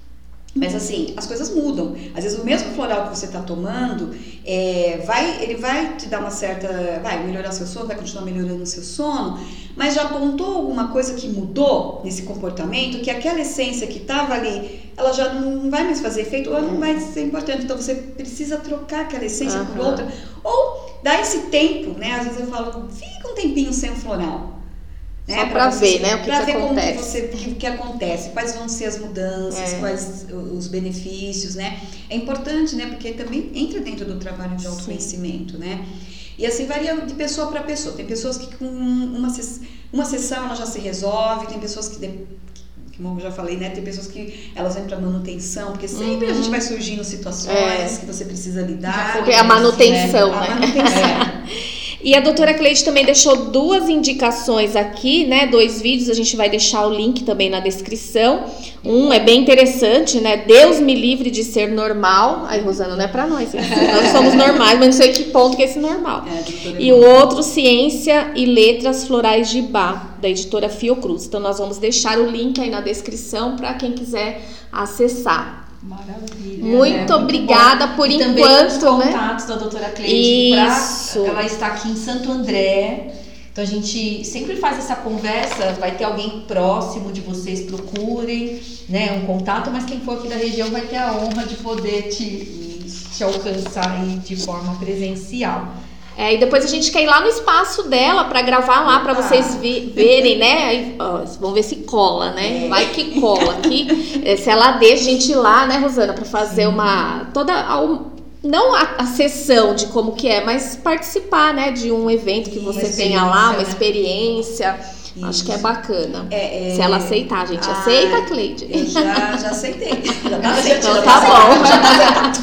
Mas assim, as coisas mudam. Às vezes o mesmo floral que você está tomando, é, vai, ele vai te dar uma certa... Vai melhorar seu sono, vai continuar melhorando o seu sono, mas já apontou alguma coisa que mudou nesse comportamento, que aquela essência que estava ali, ela já não vai mais fazer efeito, ou não vai ser importante. Então você precisa trocar aquela essência Uhum. por outra. Ou dar esse tempo, né? Às vezes eu falo, fica um tempinho sem o floral. Só pra ver, né, o que pra que ver como que, acontece. você, que, que acontece, quais vão ser as mudanças, É. quais os benefícios, né? É importante, né, porque também entra dentro do trabalho de autoconhecimento, né? E assim varia de pessoa para pessoa. Tem pessoas que com uma, uma sessão ela já se resolve, tem pessoas que, como eu já falei, né, tem pessoas que elas vão para manutenção, porque sempre Uhum. a gente vai surgindo situações É. que você precisa lidar. Porque é a manutenção, A né? manutenção. E a doutora Cleide também deixou duas indicações aqui, né? Dois vídeos, a gente vai deixar o link também na descrição. Um é bem interessante, né? Deus me livre de ser normal. Aí, Rosana, não é pra nós, hein? Nós somos normais, mas não sei que ponto que é esse normal. É, doutora E o outro, Ciência e Letras Florais de Bach, da editora Fiocruz. Então, nós vamos deixar o link aí na descrição para quem quiser acessar. Maravilha. Muito né? obrigada bom. por e enquanto, também os né? contatos da doutora Cleide. Isso. Pra, ela está aqui em Santo André. Então a gente sempre faz essa conversa. Vai ter alguém próximo de vocês, procurem, né, um contato. Mas quem for aqui da região vai ter a honra de poder te, te alcançar aí de forma presencial. É, e depois a gente quer ir lá no espaço dela pra gravar lá, pra Ah. vocês vi- verem, né? Aí, ó, vamos ver se cola, né? É. Vai que cola aqui. É, se ela deixa a gente ir lá, né, Rosana, pra fazer uma toda a, não a, a sessão de como que é, mas participar, né, de um evento que Isso, você uma tenha lá, uma experiência, né? experiência. Acho que é bacana. É, é... Se ela aceitar, a gente Ah, aceita, Cleide? Eu já, já aceitei. Já tá aceito, Então já tá aceitado, bom. já tá aceitado.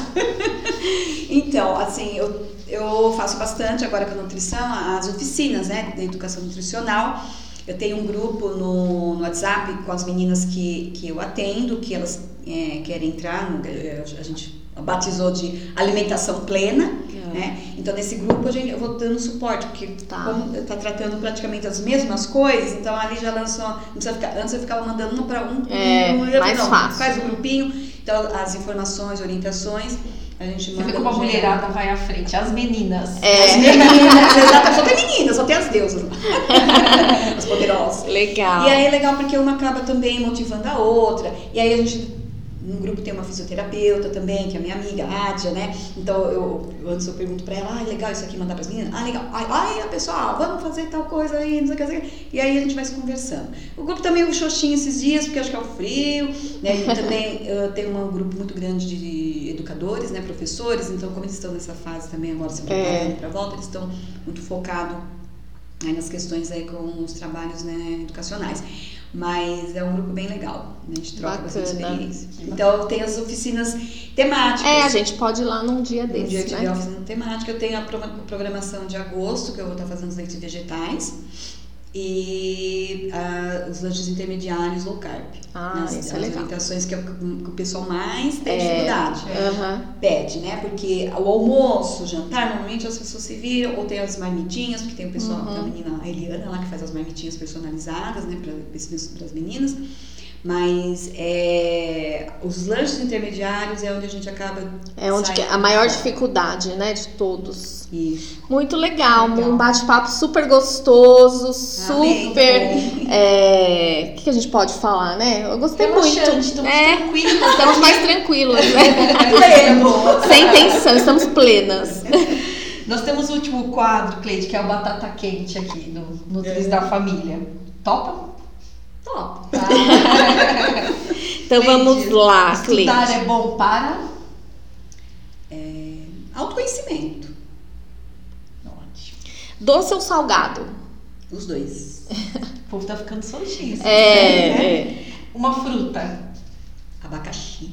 Então, assim, eu, eu faço bastante agora com a nutrição, as oficinas, né, de educação nutricional. Eu tenho um grupo no, no WhatsApp com as meninas que, que eu atendo, que elas é, querem entrar, no, a gente batizou de alimentação plena, É. né? Então nesse grupo a gente, eu vou dando suporte, porque Tá. como está tratando praticamente as mesmas coisas, então ali já lançou, não precisa ficar, antes eu ficava mandando um para um, É, um, um, mais não, fácil. faz o grupinho, então as informações, orientações, a gente Você manda. vê como a no geral. mulherada vai à frente, as meninas. É. As meninas, exato, só tem meninas, só tem as deusas lá. As poderosas. Legal. E aí é legal porque uma acaba também motivando a outra. E aí a gente, no grupo tem uma fisioterapeuta também, que é a minha amiga, a Ádia, né? Então eu, eu antes eu pergunto pra ela, ah, legal isso aqui, mandar pras meninas? Ah, legal. Ai, ai, a pessoa, ah, vamos fazer tal coisa aí, não sei o que, não sei o que. E aí a gente vai se conversando. O grupo também é um xoxinho esses dias, porque acho que é o frio, né? E também eu tenho um grupo muito grande de educadores, né? Professores, então como eles estão nessa fase também agora se preparando É. pra volta, eles estão muito focados aí nas questões aí com os trabalhos, né, educacionais. Mas é um grupo bem legal, né? A gente troca bastante Bacana. experiência. Então tem as oficinas temáticas. É, a gente pode ir lá num dia Um desse, dia tiver né? oficina temática, eu tenho a pro- programação de agosto, que eu vou estar fazendo os leites vegetais. E ah, os lanches intermediários low carb. Ah, Nas- isso é as legal. orientações que, é o que o pessoal mais tem É. dificuldade. Aham. Pede, né? Porque o almoço, o jantar, normalmente as pessoas se viram, ou tem as marmitinhas, porque tem o pessoal, Uhum. tem a menina a Eliana lá que faz as marmitinhas personalizadas, né, para as meninas. Mas é, os lanches intermediários é onde a gente acaba. É onde que é a saindo maior fora. dificuldade, né, de todos. Isso. Muito legal, Legal. um bate-papo super gostoso, Amém, super. bom. É, o que, que a gente pode falar, né? Eu gostei muito. Relaxante, estamos É, tranquilos. estamos mais tranquilos, né? Pleno. Sem tensão, estamos plenas. Nós temos o último quadro, Cleide, que é o Batata Quente aqui no Nutris É. da Família. Topa? Top. Então Então vamos lá, Cleide. Estudar é bom para? É, autoconhecimento. Ótimo. Doce ou salgado? Os dois. O povo tá ficando soltinho. É, né? é. Uma fruta. Abacaxi.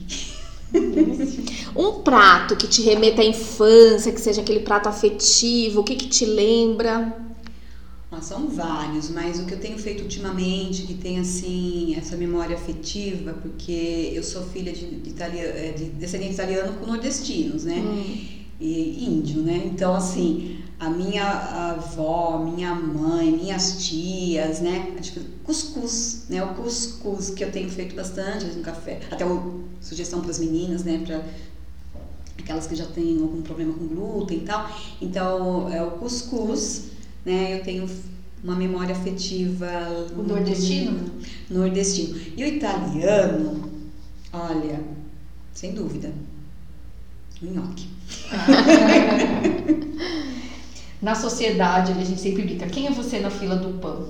Um prato que te remeta à infância, que seja aquele prato afetivo, o que que te lembra? Ah, são vários, mas o que eu tenho feito ultimamente, que tem assim, essa memória afetiva, porque eu sou filha de, de, italiano, de descendente italiano com nordestinos, né? Hum. E índio, né? Então, assim, a minha avó, minha mãe, minhas tias, né? Tipo, cuscuz, né? O cuscuz que eu tenho feito bastante no café. Até o, sugestão para as meninas, né? Para aquelas que já têm algum problema com glúten e tal. Então, é o cuscuz, né? Eu tenho uma memória afetiva. O nordestino? Nordestino. E o italiano, olha, sem dúvida, o nhoque. Na sociedade, a gente sempre brinca. Quem é você na fila do pão?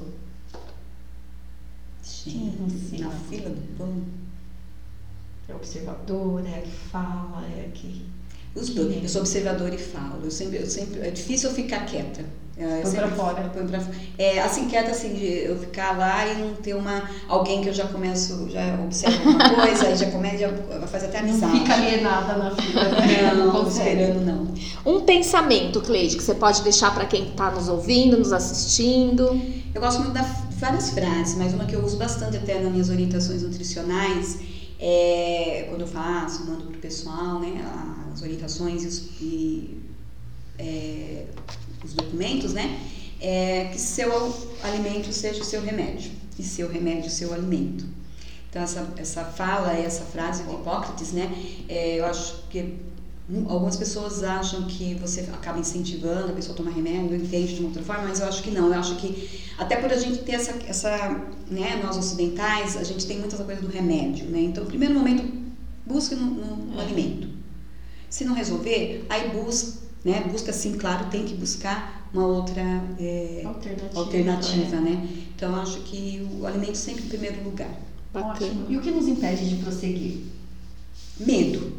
Sim, Quem é na você? fila do pão. É observador, é a que fala, é a que... Os dois. Eu sou observadora e falo. Eu sempre, eu sempre, é difícil eu ficar quieta. Eu Põe sempre pra fora. Põe pra, é, assim, quieta, assim, de eu ficar lá e não ter uma, alguém que eu já começo, já observo alguma coisa, aí já começa, já faz até amizade. Não fica alienada na fila, né? Não, Não consegue. esperando não. Um pensamento, Cleide, que você pode deixar para quem está nos ouvindo, nos assistindo. Eu gosto muito de várias frases, mas uma que eu uso bastante até nas minhas orientações nutricionais, é, quando eu faço, mando pro pessoal, né, as orientações e, os, e é, os documentos, né, é que seu alimento seja o seu remédio e seu remédio o seu alimento. Então essa, essa fala, essa frase de Hipócrates, né, é, eu acho que algumas pessoas acham que você acaba incentivando a pessoa a tomar remédio, entende de uma outra forma, mas eu acho que não. Eu acho que, até por a gente ter essa, essa né, nós ocidentais, a gente tem muita coisa do remédio, né? Então, no primeiro momento, busque no, no, no alimento. Se não resolver, aí busca, né? Busca sim, claro, tem que buscar uma outra é, Alternativa, alternativa é. né? Então, eu acho que o alimento sempre em primeiro lugar. Bacana. Ótimo. E o que nos impede de prosseguir? Medo.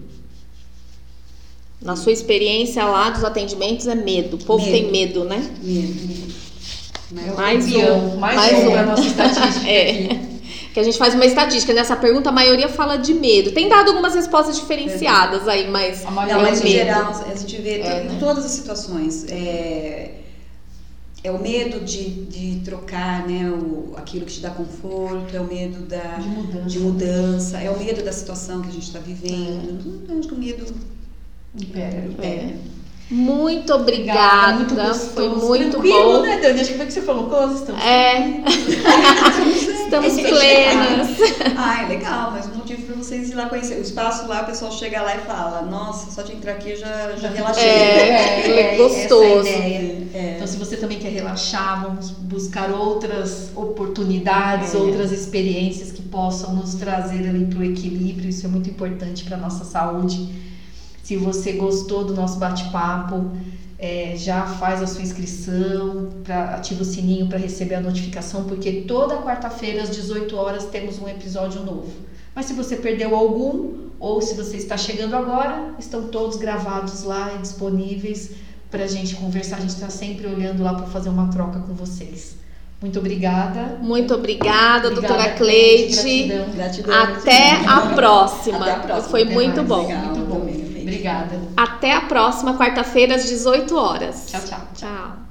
Na sua experiência lá dos atendimentos é medo. O povo Medo. tem medo, né? Medo. Mas, Mais Campeão, um. mais, Mais um um. para nossa estatística É. aqui. Que a gente faz uma estatística nessa pergunta, a maioria fala de medo. Tem dado algumas respostas diferenciadas aí, mas A Não, maioria mas é em medo. geral, a gente vê É, em né? todas as situações. É, é o medo de, de trocar, né, o, aquilo que te dá conforto, é o medo da, De mudança. de mudança, é o medo da situação que a gente está vivendo. Eu acho que o medo Impera. É. Muito obrigada. Obrigada, muito gostoso. Foi muito Tranquilo, bom. né, Dani? Acho que foi o que você falou. Nós estamos É. Estamos é plenas. Ah, é legal, mas um motivo para vocês ir lá conhecer. O espaço lá, o pessoal chega lá e fala, nossa, só de entrar aqui eu já, já relaxei. É, gostoso. Essa é a ideia. É. Então, se você também quer relaxar, vamos buscar outras oportunidades, É. outras experiências que possam nos trazer ali para o equilíbrio. Isso é muito importante para a nossa saúde. Se você gostou do nosso bate-papo, é, já faz a sua inscrição, pra, ativa o sininho para receber a notificação, porque toda quarta-feira às dezoito horas temos um episódio novo. Mas se você perdeu algum, ou se você está chegando agora, estão todos gravados lá e disponíveis para a gente conversar. A gente está sempre olhando lá para fazer uma troca com vocês. Muito obrigada. Muito obrigada, Obrigada, doutora Cleide. Cleide. Gratidão. Gratidão. Até a próxima. Até a próxima. Foi Até muito mais. bom. Legal. Muito bom. Também amei. Obrigada. Até a próxima quarta-feira às dezoito horas. Tchau, tchau. Tchau.